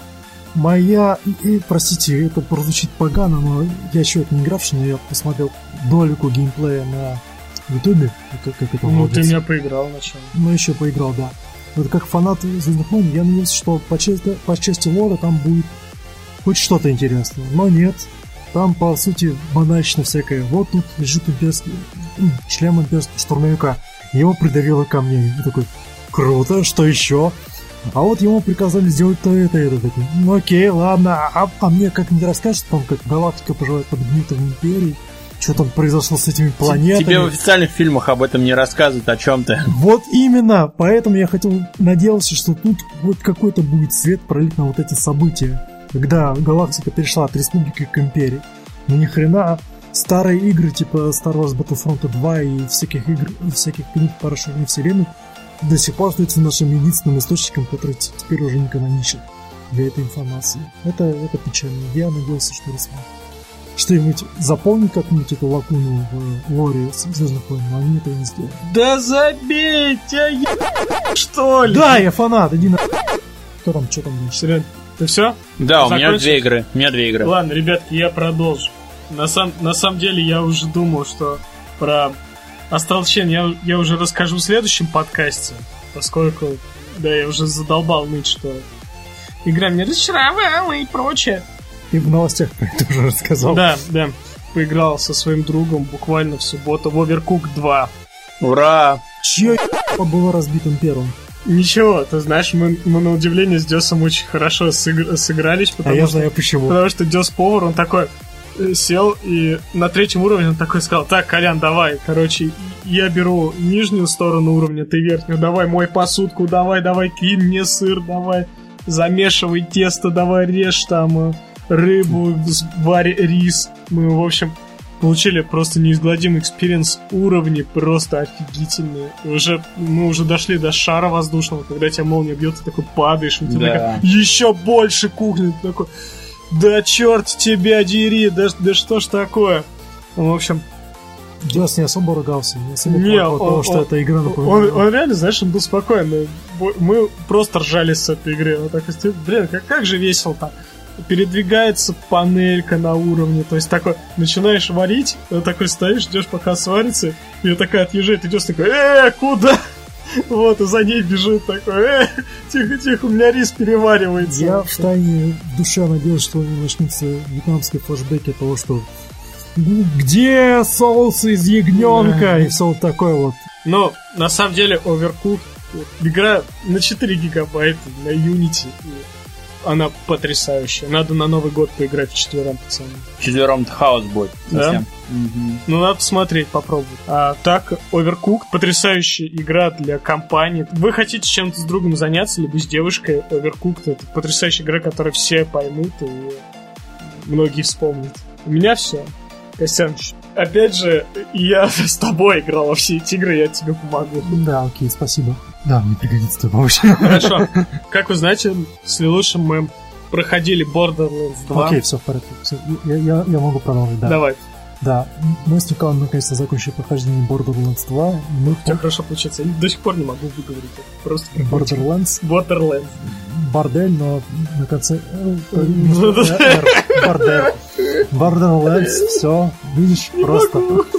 моя... И, простите, это прозвучит погано, но я человек не игравший, но я посмотрел долику геймплея на ютубе, как, как это Ну, вводится. ты меня поиграл вначале. Ну, еще поиграл, да. Вот как фанат «Звездных войн» я надеялся, что по части, по части лора там будет хоть что-то интересное, но нет. Там, по сути, банально всякое. Вот тут лежит имперский... шлем имперского штурмовика. Его придавило камнями. Я такой, круто, что еще? А вот ему приказали сделать то это, и это. Такой, ну окей, ладно. А, а мне как-нибудь расскажешь, там, как галактика поживает под гнетом империи? Что там произошло с этими планетами? Тебе в официальных фильмах об этом не рассказывают, о чем ты. Вот именно! Поэтому я хотел, надеялся, что тут вот какой-то будет свет пролит на вот эти события, когда галактика перешла от республики к империи. Но ни хрена, старые игры типа Star Wars Battlefront два и всяких игр, и всяких книг по расширению вселенной до сих пор остаются нашим единственным источником, который теперь уже не каноничен для этой информации. Это, это печально. Я надеялся, что рисуют что-нибудь заполнить как-нибудь эту лакуну в лоре Звездных войн, но они этого не сделали. Да забейте, я... что ли? Да, я фанат, иди на... Кто там, что там дальше? Серег, ты все? Да, у Закончил? меня две игры. У меня две игры. Ладно, ребятки, я продолжу. На, сам, на самом деле я уже думал, что про Astral Chain я, я уже расскажу в следующем подкасте, поскольку, да, я уже задолбал ныть, что игра меня разочаровала и прочее. И в новостях про это уже рассказал. Да, да. Поиграл со своим другом буквально в субботу в Overcooked два. Ура! Чье было разбитым первым? Ничего, ты знаешь, мы, мы на удивление с Дёсом очень хорошо сыгр- сыгрались, потому а я что, знаю почему. Потому что Дёс-повар, он такой э, сел и на третьем уровне он такой сказал: так, Колян, давай, короче, я беру нижнюю сторону уровня, ты верхнюю, давай мой посудку, давай, давай, кинь мне сыр, давай, замешивай тесто, давай, режь там рыбу, варь рис. Мы, в общем, получили просто неизгладимый экспириенс, уровни просто офигительные. И уже, мы уже дошли до шара воздушного, когда тебя молния бьет, ты такой падаешь, у тебя Да. такая, еще больше кухни, ты такой, да черт тебя дери, да, да что ж такое. В общем, Дёс не особо ругался, не особо не, плакал от он, того, что он- эта игра он, напоминает. он реально, знаешь, он был спокойный. Мы просто ржали с этой игры. Вот так, блин, как, как же весело-то. Передвигается панелька на уровне, то есть такой, начинаешь варить, такой стоишь, ждешь, пока сварится, и такая отъезжает, идешь такой, э, куда? Вот, и за ней бежит такой, э, тихо-тихо, у меня рис переваривается. Я в тайне в душе надеюсь, что у него начнутся вьетнамские флешбеки того, что где соусы из ягненка и все вот такое вот. Но, на самом деле, Overcooked, вот, игра на четыре гигабайта на Unity, и она потрясающая. Надо на Новый год поиграть вчетвером, пацаны. Четвером хаос будет. Да? Совсем. Мгм. Ну, надо посмотреть, попробовать. А так, Overcooked — потрясающая игра для компании. Вы хотите чем-то с другом заняться, либо с девушкой, Overcooked — это потрясающая игра, которую все поймут и многие вспомнят. У меня все. Костяныч, опять же, я с тобой играл во все эти игры, я тебе помогу. Да, окей, спасибо. Да, мне пригодится твоя помощь. Хорошо. Как вы знаете, с Лилушем мы проходили Borderlands два. Окей, все в порядке. Всё, я, я, я могу продолжить, да. Давай. Да, мы с Николаем наконец-то закончили прохождение Borderlands два. И мы У тебя хорошо получается. Я до сих пор не могу выговорить это. Просто Borderlands, Borderlands. бордель, но на конце... э, э, R, бордель. Borderlands, все, видишь, просто.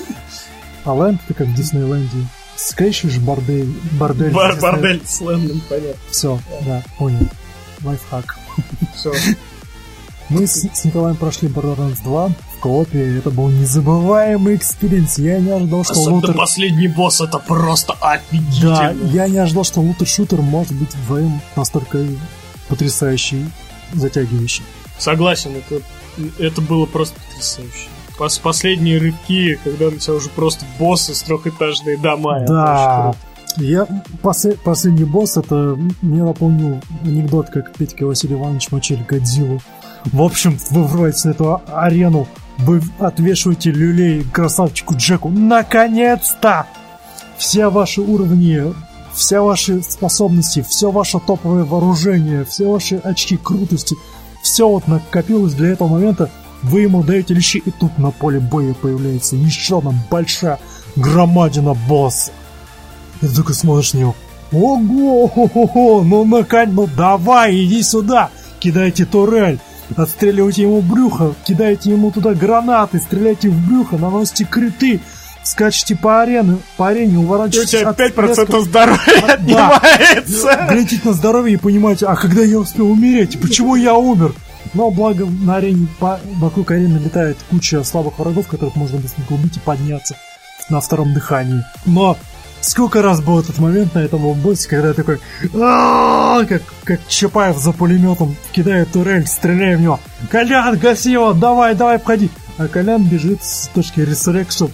А ленд ты как в Диснейленде. Скрещиваешь бордель, бордель. Бар- Бордель с Лэндом, понятно. Все, да, понял. Лайфхак. Все. Мы с, с Николаем прошли Borderlands два. коопе, это был незабываемый экспириенс. Я не ожидал, что Особенно лутер... последний босс, это просто офигительно. Да, я не ожидал, что лутер-шутер может быть вдвоем настолько потрясающий, затягивающий. Согласен, это, это было просто потрясающе. Пос- последние рывки, когда у тебя уже просто боссы с трехэтажные дома. Да. Я после, последний босс, это мне напомнил анекдот, как Петька и Василий Иванович мочили Годзиллу. В общем, вы врываетесь на эту арену, вы отвешиваете люлей красавчику Джеку. Наконец-то! Все ваши уровни, все ваши способности, все ваше топовое вооружение, все ваши очки крутости, все вот накопилось для этого момента. Вы ему даете лещи, и тут на поле боя появляется еще одна большая громадина босса. И ты такой смотришь на него. Ого, хо-хо-хо, ну наконец, ну давай, иди сюда. Кидайте турель, отстреливайте ему брюхо, кидаете ему туда гранаты, стреляйте в брюхо, наносите криты, скачете по арене, по арене, уворачиваетесь. И у тебя от пять процентов резкого... здоровья отнимается. Глядите на здоровье и понимаете, а когда я успел умереть, почему я умер? Но благо на арене, по, вокруг арены летает куча слабых врагов, которых можно быстренько убить и подняться на втором дыхании. Но сколько раз был этот момент на этом боссе, когда я такой, как, как Чапаев за пулеметом кидает турель, стреляя в него. Колян, гаси его, давай, давай, входи. А Колян бежит с точки ресурекшн,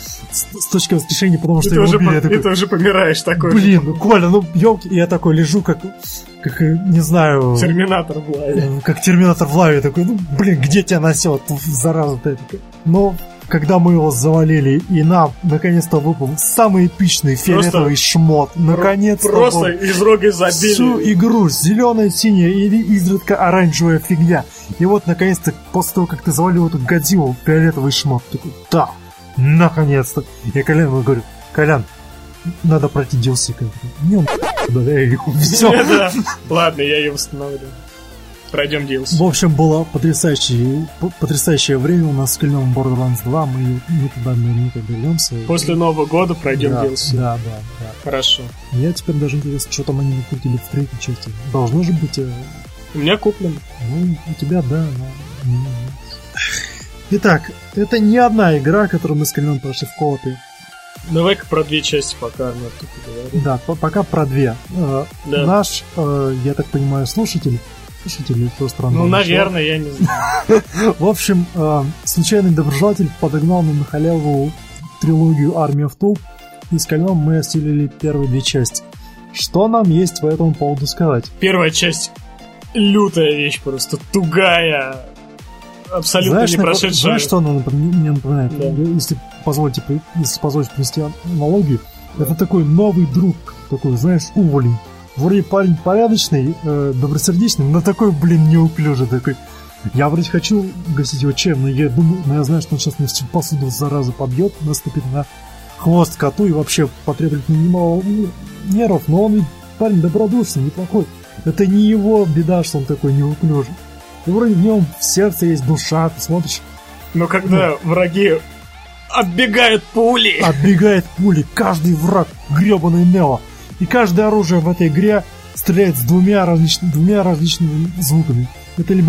с, с точки воскрешения, потому что и его ты убили. Уже, такой, и ты уже помираешь такой. Блин, ну Коля, ну ёлки. И я такой лежу, как, как не знаю... Терминатор в лаве. Как терминатор в лаве. Такой, ну, блин, где тебя носил, зараза-то. Но когда мы его завалили, и нам наконец-то выпал самый эпичный фиолетовый просто шмот. Наконец-то. Просто вот, из рога изобилия. Всю игру зеленая, синяя или изредка оранжевая фигня. И вот наконец-то, после того, как ты завалил эту Годзиллу, фиолетовый шмот. Такой, да, наконец-то. Я Коляну говорю, Колян, надо пройти ди эл си. Не, он да, я все. Ладно, я ее восстановлю. Пройдем ди эл си. В общем, было потрясающее, потрясающее время у нас с Кольном Borderlands два. Мы, мы туда наверняка вернемся. После Нового года пройдем да, ди эл си. Да, да, да. Хорошо. Мне теперь даже интересно, что там они накрутили в третьей части. Должно же быть... У меня куплен. Ну, у тебя, да, но... Итак, это не одна игра, которую мы с Кольном прошли в коопе. Давай-ка про две части пока, Артур, поговорим. Да, по- пока про две. Э, да. Наш, э, я так понимаю, слушатель... Слушатель, кто странно. Ну, наверное, я не знаю. В общем, э, случайный доброжелатель подогнал нам на халяву трилогию Army of Two, и с Кольном мы осилили первые две части. Что нам есть по этому поводу сказать? Первая часть лютая вещь просто, тугая, абсолютно знаешь, не прошедшая. Знаешь, что она мне напоминает? Да. Если позволите, если позволите принести аналогию, это такой новый друг, такой, знаешь, уволень. Вроде парень порядочный, э, добросердечный, но такой, блин, неуклюжий такой. Я вроде хочу гасить его чаем, но я думаю, но я знаю, что он сейчас мне всю посуду заразу побьет, наступит на хвост коту и вообще потребует немало нервов, но он ведь парень добродушный, неплохой. Это не его беда, что он такой неуклюжий. И вроде в нем в сердце есть душа, ты смотришь. Но когда ну, враги отбегают пули. Отбегает пули, каждый враг гребаный Нео. И каждое оружие в этой игре стреляет с двумя различными, двумя различными звуками. Это либо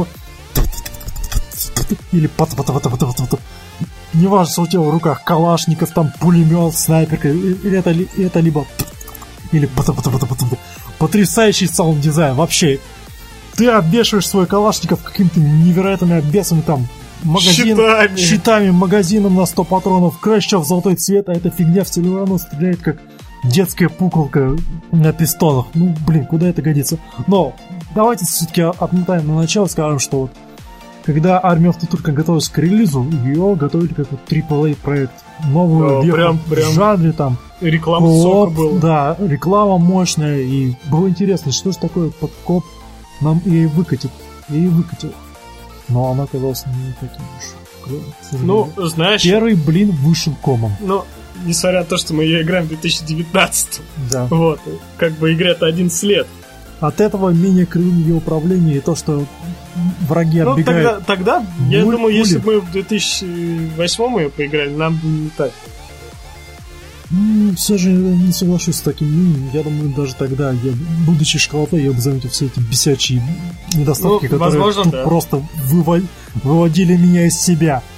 или пата-пата-пата-пата-пата. Неважно, что у тебя в руках калашников, там пулемет, снайперка, или это, это либо или пата-пата-пата-пата. Потрясающий саунд-дизайн. Вообще, ты обвешиваешь свой калашников какими-то невероятными обвесами, там, магазин, щитами. щитами, магазином на сто патронов, краща в золотой цвет, а эта фигня в телерану стреляет как детская пуколка на пистонах. Ну, блин, куда это годится? Но давайте все-таки отмотаем на начало, скажем, что вот когда Army of Two только готовилась к релизу, ее готовили как вот трипл эй проект. Новую да, прям, прям в жанре там. Реклама сока была. Да, реклама мощная. И было интересно, что же такое под коп нам и выкатит. И выкатил. Но она оказалась не таким уж. Ну, знаешь... Первый блин вышел комом. Ну, несмотря на то, что мы ее играем в две тысячи девятнадцатом. Да. Вот. Как бы игре-то одиннадцать лет. От этого менее крылья управления и то, что враги ну, отбегают. Тогда, тогда я думаю, пули. Если бы мы в две тысячи восьмом ее поиграли, нам бы не так. Ну, все же не соглашусь с таким мнением. Я думаю, даже тогда, я, будучи школотой, я бы заметил все эти бесячие недостатки, ну, которые возможно, тут да. просто вывод... выводили меня из себя.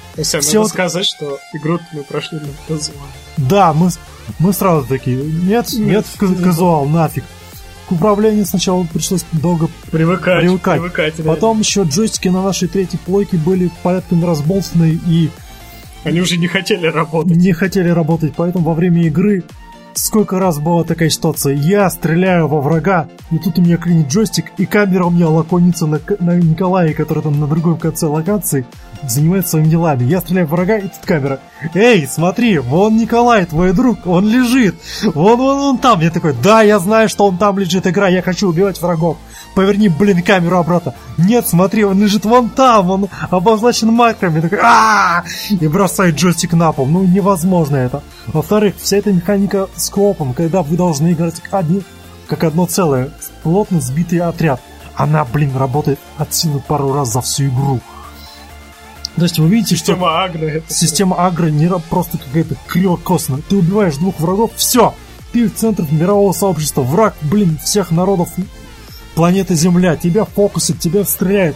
Все, Все надо вот- сказать, что игру мы прошли на казуале. Да, мы, с- мы сразу такие, нет, нет, ка- казуал, нафиг. К управлению сначала пришлось долго Привыкать, Привыкать. привыкать. реально. Потом еще джойстики на нашей третьей плойке были порядком разболтаны и Они уже не хотели работать. не хотели работать, поэтому во время игры сколько раз была такая ситуация. Я стреляю во врага, и тут у меня клинит джойстик, и камера у меня лаконится на, К- на Николае, который там на другом конце локации занимается своими делами. Я стреляю в врага, и тут камера. Эй, смотри, вон Николай, твой друг, он лежит. Вон, вон, он там. Я такой, да, я знаю, что он там лежит, игра, я хочу убивать врагов. Поверни, блин, камеру обратно. Нет, смотри, он лежит вон там, он обозначен маркерами. Я такой, а И бросает джойстик на пол. Ну, невозможно это. Во-вторых, вся эта механика с коопом, когда вы должны играть как, один, как одно целое, плотно сбитый отряд, она, блин, работает от силы пару раз за всю игру. То есть вы видите, что Система агро. Это система агро не ра- просто какая-то криво-косная. Ты убиваешь двух врагов, все, ты в центре мирового сообщества, враг, блин, всех народов планеты Земля, тебя фокусит, тебя стреляет.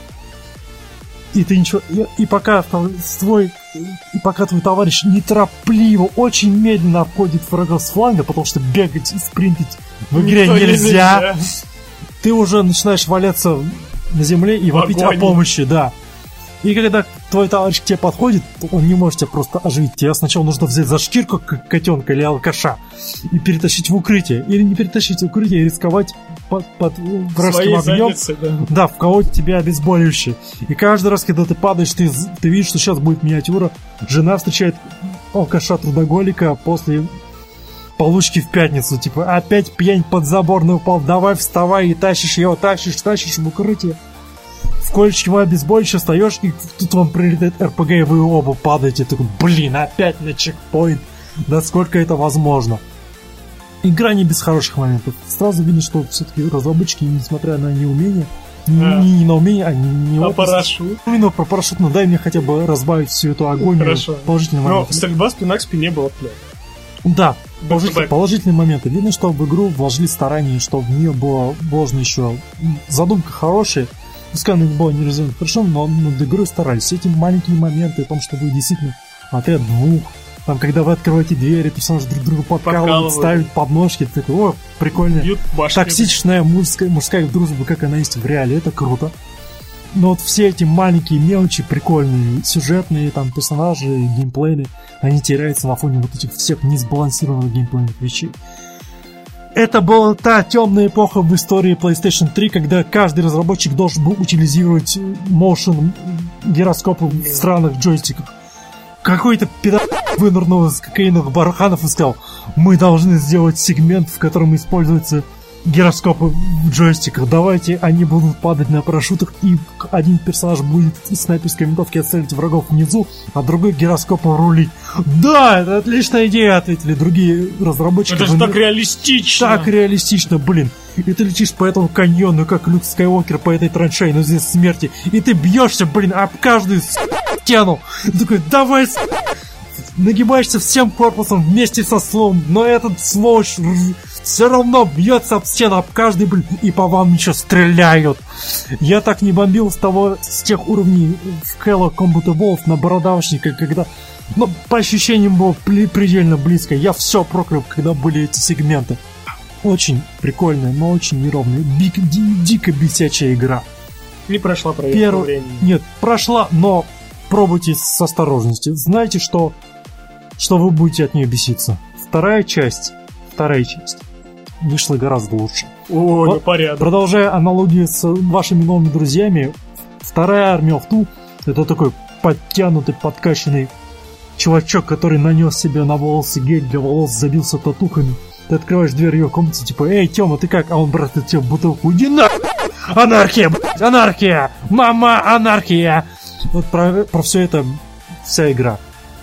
И ты ничего... И, и пока твой... И пока твой товарищ неторопливо, очень медленно обходит врага с фланга, потому что бегать и спринтить в игре никто не нельзя, ты уже начинаешь валяться на земле и В вопить о агонии. помощи, да. И когда твой товарищ к тебе подходит, он не может тебя просто оживить. Тебе сначала нужно взять за шкирку как котенка или алкаша и перетащить в укрытие. Или не перетащить в укрытие и рисковать под, под вражеским Своей огнем. задницей, да. Да, вколоть тебя обезболивающее. И каждый раз, когда ты падаешь, ты, з- ты видишь, что сейчас будет миниатюра. Жена встречает алкаша-трудоголика после получки в пятницу. Типа, опять пьянь подзаборный упал, давай вставай и тащишь его, тащишь, тащишь в укрытие. В колечке его обезболивающее встаешь, и тут вам прилетает эр пэ гэ, и вы оба падаете. Такой, блин, опять на чекпоинт. Насколько это возможно? Игра не без хороших моментов. Сразу видно, что все-таки разработчики, несмотря на неумение, не, А. не, не на умение, а не, не А опыт. парашют? Именно про парашют, ну дай мне хотя бы разбавить всю эту агонию Хорошо. положительными Но моментами. стрельба спина к спине была клёвая. Да, положительные, Back-to-back. положительные моменты. Видно, что в игру вложили старания, что в нее было вложено еще задумка хорошая. Пускай она не была не развита хорошо, но над игрой старались. Все эти маленькие моменты о том, что вы действительно отряд двух, там, когда вы открываете двери, персонажи друг друга подкалывают, Подкалывают. ставят подножки, ты такой, о, прикольно. Бьют башки. Токсичная мужская, мужская дружба, как она есть в реале, это круто. Но вот все эти маленькие мелочи, прикольные, сюжетные, там, персонажи, геймплейные, они теряются на фоне вот этих всех несбалансированных геймплейных вещей. Это была та темная эпоха в истории PlayStation три, когда каждый разработчик должен был утилизировать motion гироскопы в странных джойстиках. Какой-то пидор вынырнул из кокаиновых барханов и сказал, мы должны сделать сегмент, в котором используются гироскопы в джойстиках. Давайте они будут падать на парашютах, и один персонаж будет из снайперской винтовки отстрелить врагов внизу, а другой гироскопом рулить. Да, это отличная идея, ответили другие разработчики. Это же Вы- так реалистично. так реалистично, блин. И ты летишь по этому каньону, как Люк Скайуокер по этой траншеи, но здесь смерти. И ты бьешься, блин, об каждую стену. Ты такой, давай, с***. Нагибаешься всем корпусом вместе со словом, но этот сволочь все равно бьется об стену, об каждый, блин, и по вам еще стреляют. Я так не бомбил с того, с тех уровней в Halo Combat Evolved на бородавочника, когда, ну, по ощущениям было пли- предельно близко. Я все проклял, когда были эти сегменты. Очень прикольная, но очень неровная. Бик- ди- дико бесячая игра. Не прошла проверку Первый... времени. Нет, прошла, но пробуйте с осторожностью. Знайте, что, что вы будете от нее беситься. Вторая часть, вторая часть вышла гораздо лучше. О, ну Вот. порядок. Продолжая аналогию с вашими новыми друзьями, вторая армия of Two — это такой подтянутый, подкачанный чувачок, который нанес себе на волосы гель для волос, забился татухами. Ты открываешь дверь ее комнаты, типа, эй, Тёма, ты как? А он бросает тебе бутылку, иди на... Анархия, блядь, анархия! Мама, анархия! Вот про, про все это вся игра.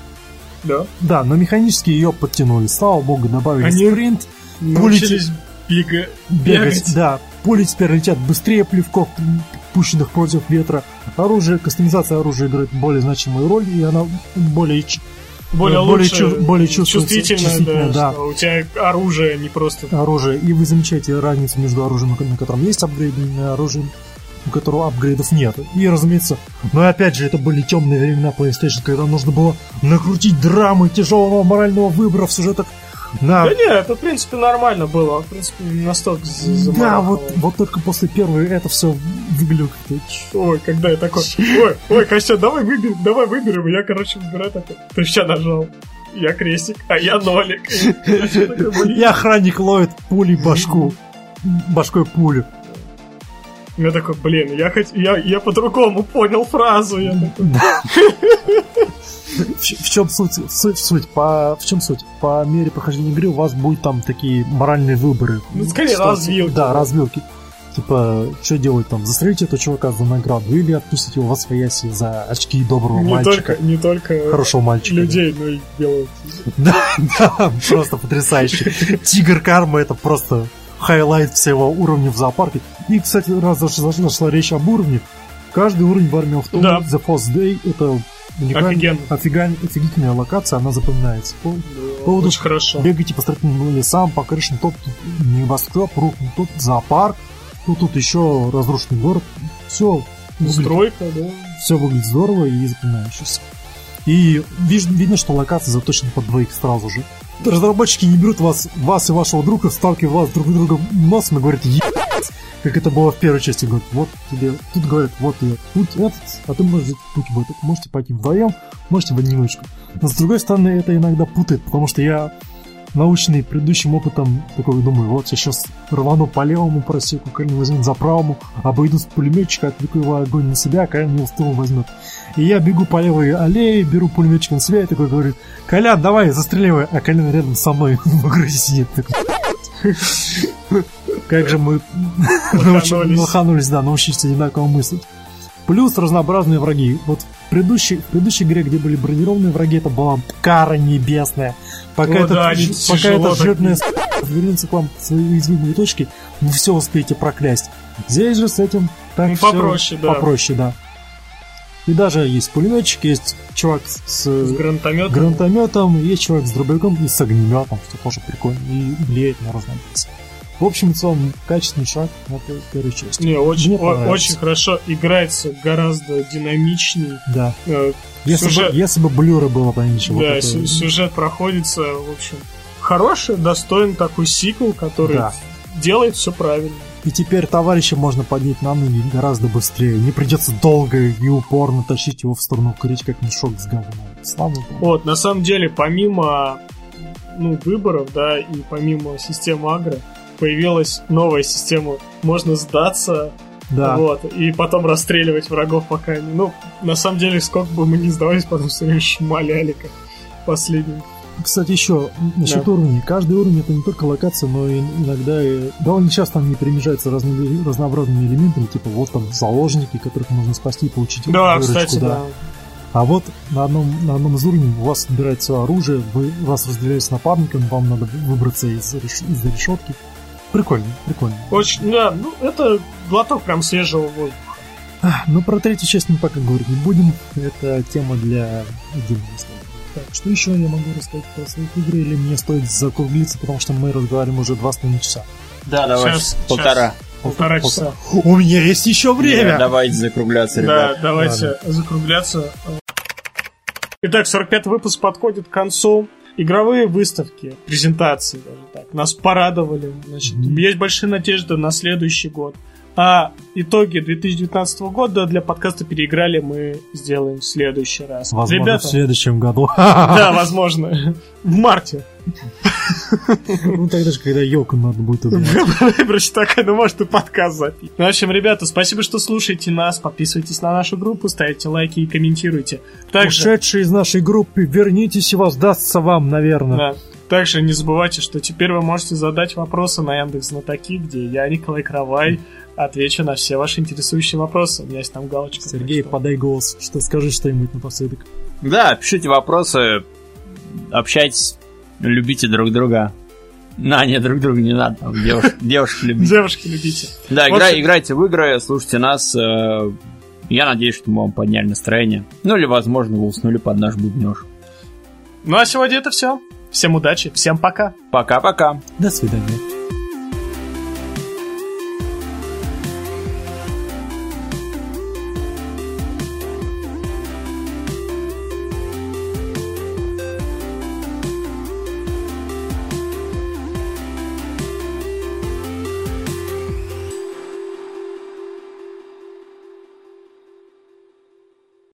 Да. Да, но механически ее подтянули. Слава богу, добавили Они спринт. Научились бега... Бегать, бегать. да. Пули теперь летят быстрее плевков, пущенных против ветра. Оружие, кастомизация оружия играет более значимую роль, и она более, ч- Более, более, лучше, чу- более чувствуется, чувствительно, чувствительно, да, да. что у тебя оружие не просто... оружие. И вы замечаете разницу между оружием, на котором есть апгрейденное оружие, у которого апгрейдов нет. И, разумеется, ну и опять же, это были темные времена PlayStation, когда нужно было накрутить драмы тяжелого морального выбора в сюжетах. На... Да нет, это, в принципе, нормально было. В принципе, не настолько заморахало. Да, вот, вот только после первой это все выглядело как-то... Ой, когда я такой, ой, ой, Костя, давай выберем, давай выберем. И я, короче, выбираю такой, ты что нажал? Я крестик, а я нолик. И охранник ловит пулей башку. Башкой пулю. Я такой, блин, я, хоть, я, я по-другому понял фразу. Я такой... В, в чем суть? Суть, суть по, в чем суть? По мере прохождения игры у вас будут там такие моральные выборы. Ну, скорее, что, развилки. Да, развилки. Типа, что делать там? Застрелить этого чувака за награду или отпустить его во свояси за очки доброго не мальчика. Только, не только хорошего мальчика. Людей, но и делают. Да, да, просто потрясающе. Тигр Карма — это просто хайлайт всего уровня в зоопарке. И, кстати, раз зашла речь об уровне, каждый уровень в Army of Two, да. The First Day — это уникальная, офиген, офигительная локация, она запоминается. По да, поводу очень хорошо. Бегайте по строительным лесам, по крышам, тут небоскреб, рухнул, тут зоопарк, тут, тут еще разрушенный город. Все. Стройка, да. Все выглядит здорово и запоминающееся. И видно, видно, что локация заточена под двоих сразу же. Разработчики не берут вас, вас и вашего друга, сталкивают вас друг с другом носом и говорят, ебать, как это было в первой части. Говорят, вот тебе, тут говорят, вот тебе путь этот, а ты можешь путь в этот. Можете пойти вдвоем, можете в одиночку. Но с другой стороны, это иногда путает, потому что я, наученный предыдущим опытом, такой думаю, вот я сейчас рвану по левому просеку, Колян возьмет за правому, обойду с пулеметчика, отвлеку его огонь на себя, Колян его в тыл возьмет. И я бегу по левой аллее, беру пулеметчик на себя и такой говорит, Колян, давай, застреливай, а Колян рядом со мной в игре сидит. Как же мы лоханулись, да, научились одинаково мыслить. Плюс разнообразные враги. Вот в предыдущей, в предыдущей игре, где были бронированные враги, это была кара небесная. Пока О, этот, да, пока эта жирная вернется к вам в свои уязвимые точки, вы все успеете проклясть. Здесь же с этим так ну, все попроще, да. попроще, да. И даже есть пулеметчик, есть чувак с, с гранатометом. гранатометом, есть чувак с дробовиком и с огнеметом, что тоже прикольно и влияет на разнообразие. В общем, в целом, качественный шаг на первую часть. Не, очень, о, очень хорошо играется, гораздо динамичнее. Да. Э, если, сюжет... бы, если бы блюра было поменьше. Да, вот это... сюжет проходится, в общем, хороший, достойный такой сиквел, который да. делает все правильно. И теперь товарища можно поднять на ноги гораздо быстрее. Не придется долго и упорно тащить его в сторону курить, как мешок с говном. Слава Богу. Вот, на самом деле, помимо ну, выборов, да, и помимо системы агро, появилась новая система. Можно сдаться, да. вот, и потом расстреливать врагов, пока они... Ну, на самом деле, сколько бы мы ни сдавались, потом все время шмаляли, как последний. Кстати, еще насчет да. уровней. Каждый уровень — это не только локация, но и иногда и довольно часто они перемежаются разными, разнообразными элементами, типа вот там заложники, которых можно спасти и получить да, выручку. Кстати, да, да. А вот на одном, на одном из уровней у вас собирается оружие, вы, вас разделяют с напарником, вам надо выбраться из, из решетки. Прикольно, прикольно. Очень, да, ну это глоток прям свежего воздуха. А, ну про третью часть мы пока говорить не будем, это тема для отдельного слова. Так, что еще я могу рассказать про свои игры, или мне стоит закруглиться, потому что мы разговариваем уже два с половиной часа. Да, давай, сейчас, полтора. Сейчас. Полтора часа. У меня есть еще время! Да, давайте закругляться, ребят. Да, давайте Ладно. закругляться. Итак, сорок пятый выпуск подходит к концу. Игровые выставки, презентации даже так, нас порадовали. Значит, mm-hmm. есть большие надежды на следующий год. А итоги две тысячи девятнадцатого года для подкаста «Переиграли» мы сделаем в следующий раз. Возможно, Ребята, в следующем году. Да, возможно. В марте. Ну, тогда же, когда елку надо будет убирать. Выбрать такая, ну, может, и подкаст запить. Ну, в общем, ребята, спасибо, что слушаете нас. Подписывайтесь на нашу группу, ставите лайки и комментируйте. Также... Ушедшие из нашей группы, вернитесь, и воздастся вам, наверное. Да. Также не забывайте, что теперь вы можете задать вопросы на Яндекс.Знатоки, где я, Николай Кровай, отвечу на все ваши интересующие вопросы. У меня есть там галочка. Сергей, подай голос. Что скажи что-нибудь напоследок. Да, пишите вопросы, общайтесь, любите друг друга. На, нет, друг друга не надо. Девушек, девушек любите. Девушки любите. Да, игра, играйте в игры, слушайте нас. Я надеюсь, что мы вам подняли настроение. Ну или, возможно, вы уснули под наш бубнёж. Ну а сегодня это все. Всем удачи, всем пока. Пока-пока. До свидания.